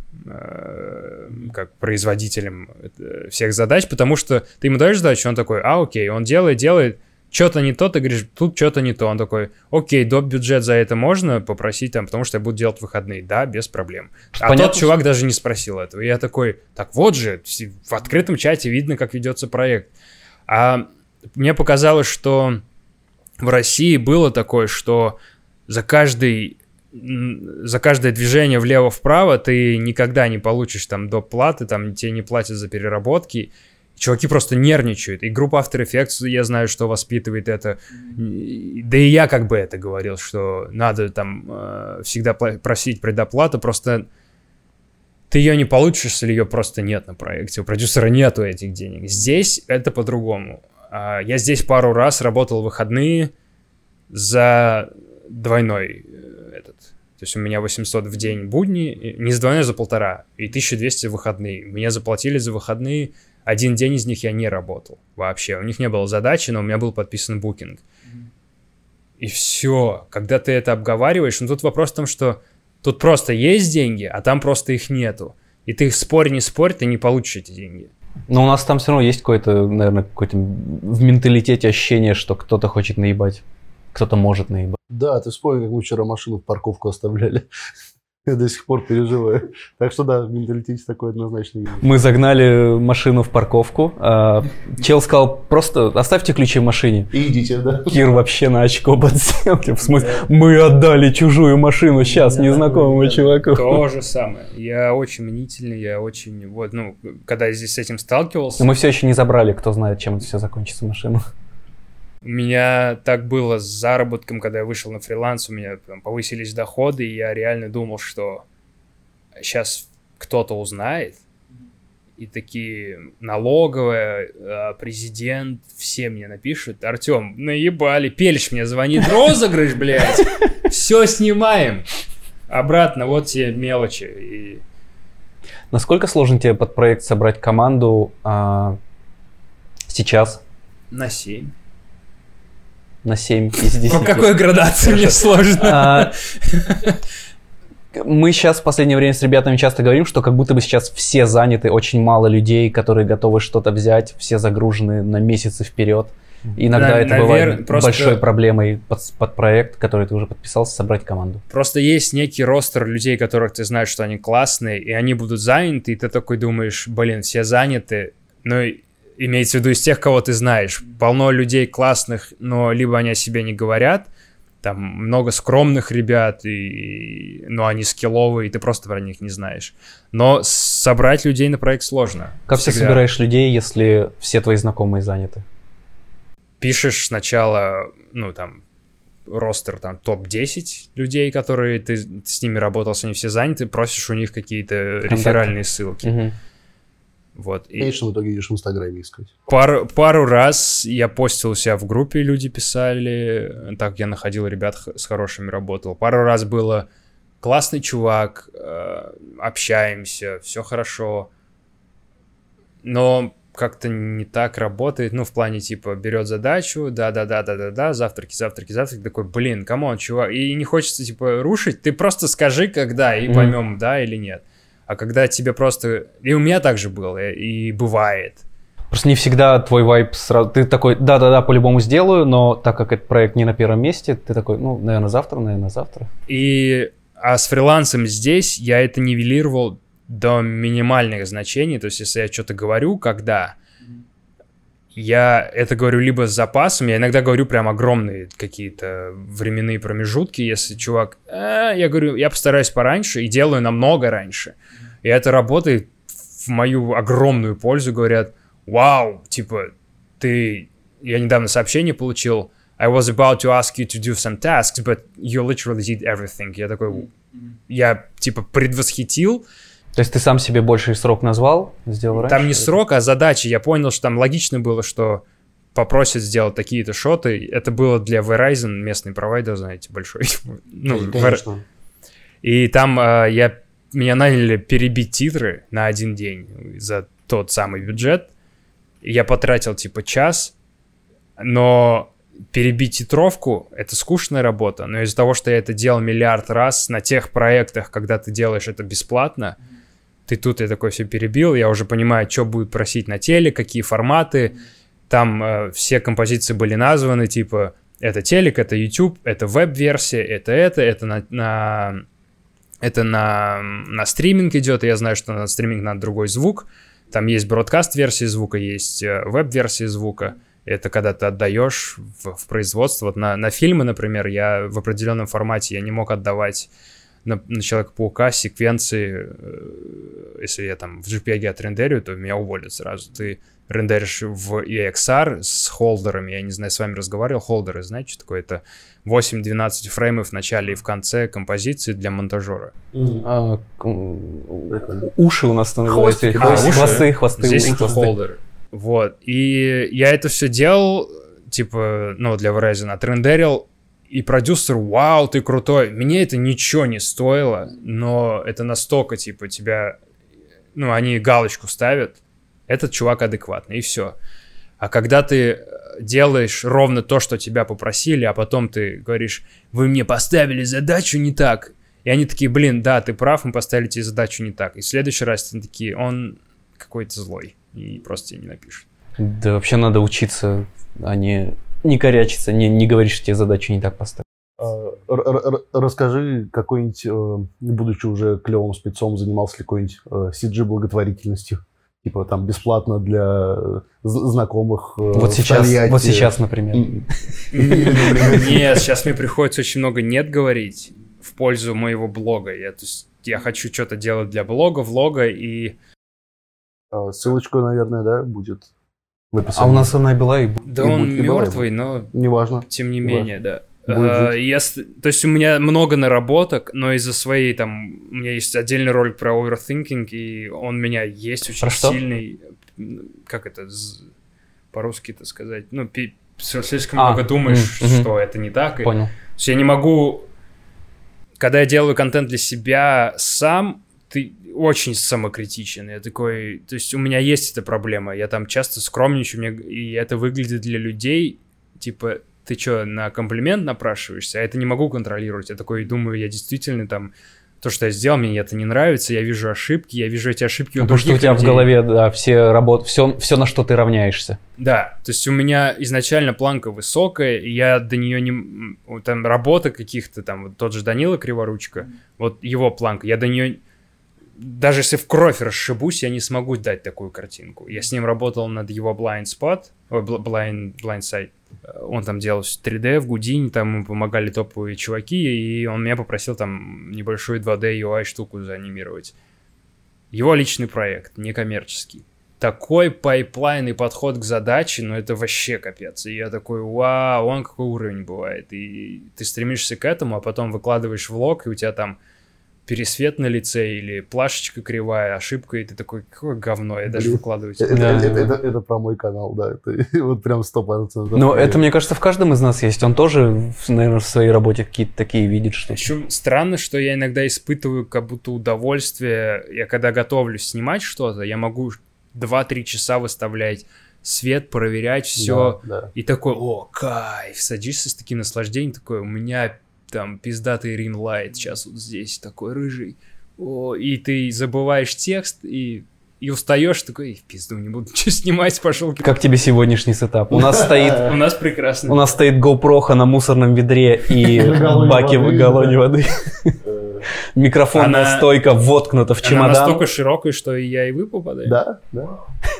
э, как производителем всех задач, потому что ты ему даешь задачу, он такой, а, окей, он делает, делает, что-то не то, ты говоришь, тут что-то не то. Он такой, окей, доп. Бюджет за это можно попросить, там, потому что я буду делать выходные. Да, без проблем. А Понятно, тот чувак даже не спросил этого. И я такой, так вот же, в открытом чате видно, как ведется проект. А мне показалось, что в России было такое, что за каждый... за каждое движение влево-вправо ты никогда не получишь там доп. Платы, там тебе не платят за переработки. Чуваки просто нервничают. И группа After Effects, я знаю, что воспитывает это. Да и я как бы это говорил, что надо там э, всегда просить предоплату, просто ты ее не получишь, если ее просто нет на проекте. У продюсера нету этих денег. Здесь это по-другому. Я здесь пару раз работал в выходные за двойной этот. То есть у меня восемьсот в день будни, не за двойной, а за полтора, и тысяча двести в выходные. Мне заплатили за выходные. Один день из них я не работал вообще. У них не было задачи, но у меня был подписан букинг. Mm-hmm. И все. Когда ты это обговариваешь, ну тут вопрос в том, что тут просто есть деньги, а там просто их нету. И ты спорь, не спорь, ты не получишь эти деньги. Но у нас там все равно есть какое-то, наверное, какое-то в менталитете ощущение, что кто-то хочет наебать. Кто-то может наебать. Да, ты вспомни, как мы вчера машину в парковку оставляли. Я до сих пор переживаю. Так что да, в менталитете такой однозначно есть. Мы загнали машину в парковку. А чел сказал, просто оставьте ключи в машине. И идите, да. Кир вообще на очко подсел. В смысле, мы отдали чужую машину сейчас незнакомому чуваку. То же самое. Я очень мнительный, я очень... Вот, ну, когда я здесь с этим сталкивался... Но мы все еще не забрали, кто знает, чем это все закончится, машину. У меня так было с заработком, когда я вышел на фриланс, у меня там повысились доходы, и я реально думал, что сейчас кто-то узнает, и такие налоговая, президент, все мне напишут, Артем, наебали, Пельш мне звонит, розыгрыш, блядь, все снимаем, обратно, вот те мелочи. И... Насколько сложно тебе под проект собрать команду а, сейчас? На семь. На семь из десяти. По какой градации мне сложно? Мы сейчас в последнее время с ребятами часто говорим, что как будто бы сейчас все заняты, очень мало людей, которые готовы что-то взять, все загружены на месяцы вперед. Иногда На, это навер... бывает просто... большой проблемой под, под проект, который ты уже подписался, собрать команду. Просто есть некий ростер людей, которых ты знаешь, что они классные, и они будут заняты, и ты такой думаешь, блин, все заняты, но... Имеется в виду из тех, кого ты знаешь. Полно людей классных, но либо они о себе не говорят, там много скромных ребят, и, но они скилловые, и ты просто про них не знаешь. Но собрать людей на проект сложно. Как всегда. Ты собираешь людей, если все твои знакомые заняты? Пишешь сначала, ну, там, ростер, там, топ десять людей, которые ты, ты с ними работал, они все заняты, просишь у них какие-то контакты, реферальные ссылки. Угу. Вот. Конечно, и... в итоге идешь в Инстаграме искать. Пару, пару раз я постил у себя в группе, люди писали, так я находил ребят с хорошими, работал. Пару раз было классный чувак, общаемся, все хорошо, но как-то не так работает, ну, в плане, типа, берет задачу, да-да-да-да-да-да, завтраки, завтраки, завтраки, такой, блин, камон, чувак, и не хочется, типа, рушить, ты просто скажи, когда, и mm-hmm. поймем, да или нет. А когда тебе просто... И у меня так же было, и бывает. Просто не всегда твой вайб сразу... Ты такой, да-да-да, по-любому сделаю, но так как этот проект не на первом месте, ты такой, ну, наверное, завтра, наверное, завтра. И... А с фрилансом здесь я это нивелировал до минимальных значений. То есть, если я что-то говорю, когда... Я это говорю либо с запасом, я иногда говорю прям огромные какие-то временные промежутки, если чувак, а, я говорю, я постараюсь пораньше и делаю намного раньше. И это работает в мою огромную пользу, говорят, вау, типа, ты, я недавно сообщение получил, I was about to ask you to do some tasks, but you literally did everything. Я такой, я типа предвосхитил. То есть ты сам себе больший срок назвал, сделал раньше? Там не срок, а задачи. Я понял, что там логично было, что попросят сделать такие-то шоты. Это было для Verizon, местный провайдер, знаете, большой. Ну, конечно. И там э, я, меня наняли перебить титры на один день за тот самый бюджет. Я потратил типа час, но перебить титровку — это скучная работа. Но из-за того, что я это делал миллиард раз на тех проектах, когда ты делаешь это бесплатно, ты тут я такой все перебил, я уже понимаю, что будет просить на теле, какие форматы. Там э, все композиции были названы, типа, это телек, это YouTube, это веб-версия, это это, это на, на, это на, на стриминг идет, и я знаю, что на стриминг надо другой звук. Там есть бродкаст-версия звука, есть э, веб-версия звука. Это когда ты отдаешь в, в производство. Вот на, на фильмы, например, я в определенном формате я не мок отдавать на, на Человека-паука секвенции. Если я там в джей пи джи отрендерю, то меня уволят сразу. Ты рендеришь в и экс ар с холдерами. Я не знаю, с вами разговаривал. Холдеры, знаете, что такое? Это восемь-двенадцать фреймов в начале и в конце композиции для монтажера. А, уши у нас становятся. А, уши. Хвосты, хвосты. Здесь это холдеры. Вот. И я это все делал, типа, ну, для Verizon, отрендерил. И продюсер, вау, ты крутой. Мне это ничего не стоило, но это настолько, типа, тебя... Ну, они галочку ставят. Этот чувак адекватный, и все. А когда ты делаешь ровно то, что тебя попросили, а потом ты говоришь, вы мне поставили задачу не так. И они такие, блин, да, ты прав, мы поставили тебе задачу не так. И в следующий раз они такие, он какой-то злой. И просто тебе не напишут. Да вообще надо учиться, а не... Не корячиться, не, не говоришь, что тебе задачу не так поставили. Расскажи, какой-нибудь, будучи уже клевым спецом, занимался ли какой-нибудь си джи благотворительностью? Типа там бесплатно для знакомых. Вот сейчас, вот сейчас, например. Нет, сейчас мне приходится очень много «нет» говорить в пользу моего блога. Я, то есть, я хочу что-то делать для блога, влога и... Ссылочка, наверное, да, будет... А у нас она была и... Да и он будет, мертвый, но... Неважно. Тем не менее, да. А, я, то есть у меня много наработок, но из-за своей там... У меня есть отдельный ролик про overthinking, и он у меня есть очень про сильный... Что? Как это по-русски это сказать? Ну, пи... слишком а, много думаешь, mm-hmm. что это не так. Понял. И... То есть я не могу... Когда я делаю контент для себя сам, ты... очень самокритичен. Я такой... То есть у меня есть эта проблема. Я там часто скромничаю, мне, и это выглядит для людей, типа, ты что, на комплимент напрашиваешься? А это не могу контролировать. Я такой думаю, я действительно там... То, что я сделал, мне это не нравится. Я вижу ошибки, я вижу эти ошибки у Потому других что у тебя людей. в голове, да, все работы, все, все, на что ты равняешься. Да, то есть у меня изначально планка высокая, и я до нее не... Там работа каких-то, там, вот тот же Данила Криворучка, mm-hmm. вот его планка, я до нее... Даже если в кровь расшибусь, я не смогу дать такую картинку. Я с ним работал над его blind spot, ой, blind, blind side, Он там делал три дэ в Houdini, там ему помогали топовые чуваки, и он меня попросил там небольшую два дэ ю ай штуку заанимировать. Его личный проект, некоммерческий. Такой пайплайн и подход к задаче, ну это вообще капец. И я такой, вау, он какой уровень бывает. И ты стремишься к этому, а потом выкладываешь влог, и у тебя там пересвет на лице или плашечка кривая, ошибка, и ты такой, какое говно, я даже выкладывать. Это, Да. это, это, это про мой канал, да, это вот прям сто процентов. Но это, мне кажется, в каждом из нас есть. Он тоже, наверное, в своей работе какие-то такие видит, что... Еще странно, что я иногда испытываю как будто удовольствие. Я когда готовлюсь снимать что-то, я могу два-три часа выставлять свет, проверять все. Да, да. И такой, о, кайф, садишься с таким наслаждением, такой, у меня там пиздатый ринлайт сейчас вот здесь, такой рыжий. О, и ты забываешь текст, и, и устаешь, такой, в пизду, не буду что снимать, пошел. Как тебе сегодняшний сетап? У нас стоит... У нас прекрасно. У нас стоит GoPro на мусорном ведре и баке в галлоне воды. Микрофонная Она- стойка воткнута в Она чемодан. настолько широкая, что и я, и вы попадаем. Да, да.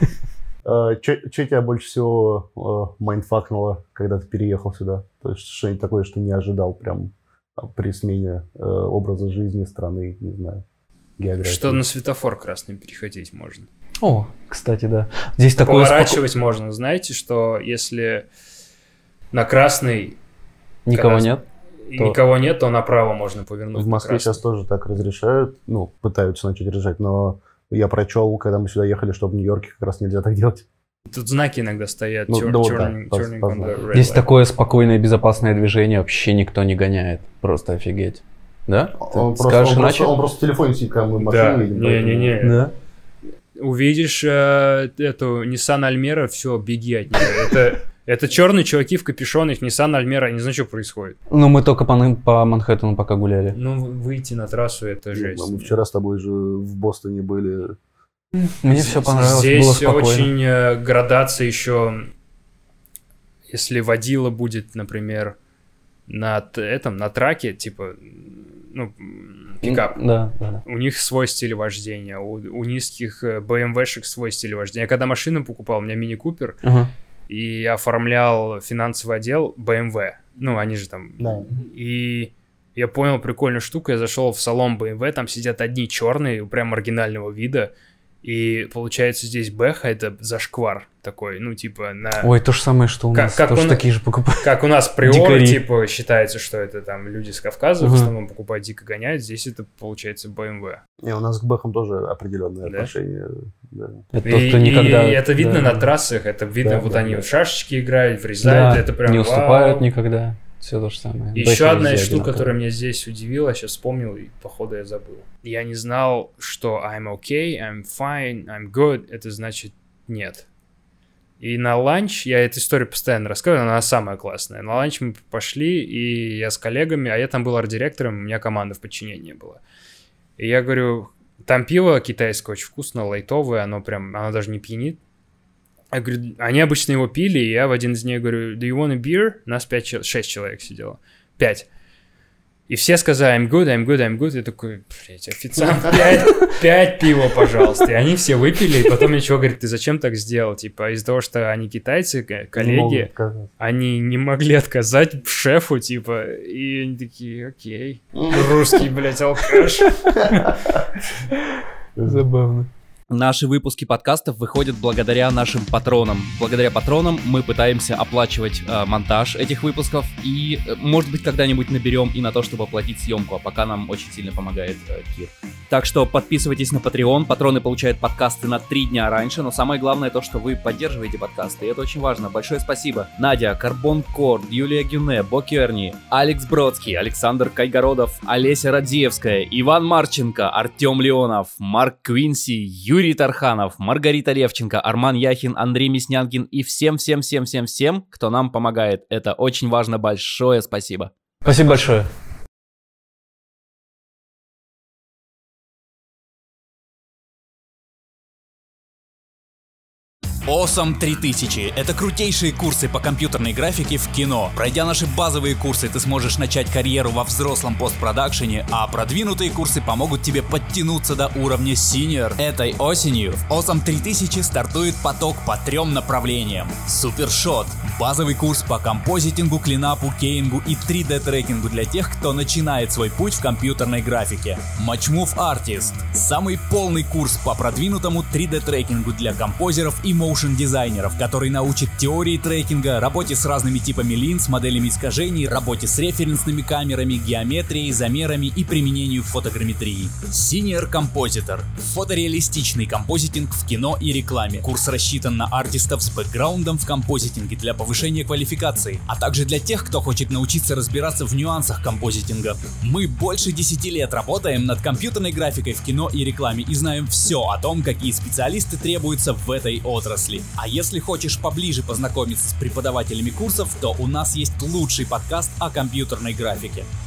Че тебя больше всего э, майндфакнуло, когда ты переехал сюда? То есть что-нибудь такое, что не ожидал прям а, при смене э, образа жизни, страны, не знаю, географии? Что на светофор красный переходить можно. О, кстати, да. Здесь такое... споко- Поворачивать можно. Знаете, что если на красный Никого когда- нет. и То- никого нет, то направо можно повернуть. В на Москве красный. сейчас тоже так разрешают, ну, пытаются начать решать, но я прочел, когда мы сюда ехали, что в Нью-Йорке как раз нельзя так делать. Тут знаки иногда стоят. Ну, чер- да вот turning- так, turning по- on the red Здесь light. такое спокойное, безопасное движение, вообще никто не гоняет. Просто офигеть. Да? Ты Он просто, скажешь он, иначе? просто, он просто в телефоне сидит, когда мы в Да, машине едем. поэтому- не-не-не. Да. Увидишь э, эту Nissan Almera, все, беги от нее. Это, это черные чуваки в капюшонах, Nissan Almera, я не знаю, что происходит. Ну, мы только по, по Манхэттену пока гуляли. Ну, выйти на трассу, это жесть. Ну, Мы вчера с тобой же в Бостоне были. Мне все понравилось, Здесь было спокойно. очень э, градация еще, если водила будет, например, на т- этом, на траке, типа, ну, м, пикап. Да, да, да. У них свой стиль вождения, у, у низких э, бэ эм вэ-шек свой стиль вождения. Я когда машину покупал, у меня Мини Купер, Ага. и я оформлял финансовый отдел бэ эм вэ. Ну, они же там... Да. И я понял прикольную штуку, я зашел в салон бэ эм вэ, там сидят одни черные, прям маргинального вида, и получается здесь бэха — это зашквар такой, ну, типа, на... Ой, то же самое, что у Как- нас. как Тоже он- такие же покупают. Как у нас приоры, Дикари. типа, считается, что это там люди с Кавказа, в Ага. основном покупают, дико гоняют, здесь это, получается, бэ эм вэ. И у нас к бэхам тоже определенное Да? отношение. Да. Это И, тот, кто никогда... и это видно да. на трассах, это видно, Да, вот да, они да. в шашечки играют, врезают, Да, это прям не уступают вау. никогда. Все то же самое. Еще Бэхи одна везде штука, одинаковые. которая меня здесь удивила, сейчас вспомнил, и походу я забыл. Я не знал, что I'm okay, I'm fine, I'm good, это значит нет. И на ланч, я эту историю постоянно рассказываю, она самая классная. На ланч мы пошли, и я с коллегами, а я там был арт-директором, у меня команда в подчинении была. И я говорю, там пиво китайское очень вкусное, лайтовое, оно прям, оно даже не пьянит. Я говорю, они обычно его пили, и я в один из дней говорю, do you want a beer? Нас пять, чел- шесть человек сидело. Пять. И все сказали, I'm good, I'm good, I'm good. Я такой, блядь, официант, пять, пять пива, пожалуйста. И они все выпили, и потом мне чего говорит, ты зачем так сделал? Типа, из-за того, что они китайцы, к- Не могут коллеги, отказаться. они не могли отказать шефу, типа, и они такие, окей, русский, блядь, алкаш. Забавно. Наши выпуски подкастов выходят благодаря нашим патронам. Благодаря патронам мы пытаемся оплачивать э, монтаж этих выпусков и, э, может быть, когда-нибудь наберем и на то, чтобы оплатить съемку, а пока нам очень сильно помогает э, Кир. Так что подписывайтесь на Patreon, патроны получают подкасты на три дня раньше, но самое главное то, что вы поддерживаете подкасты, и это очень важно. Большое спасибо. Надя, Карбон Корд, Юлия Гюне, Бокерни, Алекс Бродский, Александр Кайгородов, Олеся Радзиевская, Иван Марченко, Артем Леонов, Марк Квинси, Юрий Тарханов, Маргарита Левченко, Арман Яхин, Андрей Мяснянкин и всем-всем-всем-всем-всем, кто нам помогает. Это очень важно. Большое спасибо. Спасибо большое. Awesome три тысячи — это крутейшие курсы по компьютерной графике в кино. Пройдя наши базовые курсы, ты сможешь начать карьеру во взрослом постпродакшене, а продвинутые курсы помогут тебе подтянуться до уровня Senior. Этой осенью в Awesome три тысячи стартует поток по трем направлениям. Супершот — базовый курс по композитингу, клинапу, кейингу и три дэ трекингу для тех, кто начинает свой путь в компьютерной графике. Matchmove Artist — самый полный курс по продвинутому три дэ трекингу для композеров и моушн-дизайнеров, который научит теории трекинга, работе с разными типами линз, моделями искажений, работе с референсными камерами, геометрией, замерами и применению в фотограмметрии. Senior Compositor — фотореалистичный композитинг в кино и рекламе. Курс рассчитан на артистов с бэкграундом в композитинге для повышения квалификации, а также для тех, кто хочет научиться разбираться в нюансах композитинга. Мы больше десяти лет работаем над компьютерной графикой в кино и рекламе и знаем все о том, какие специалисты требуются в этой отрасли. А если хочешь поближе познакомиться с преподавателями курсов, то у нас есть лучший подкаст о компьютерной графике.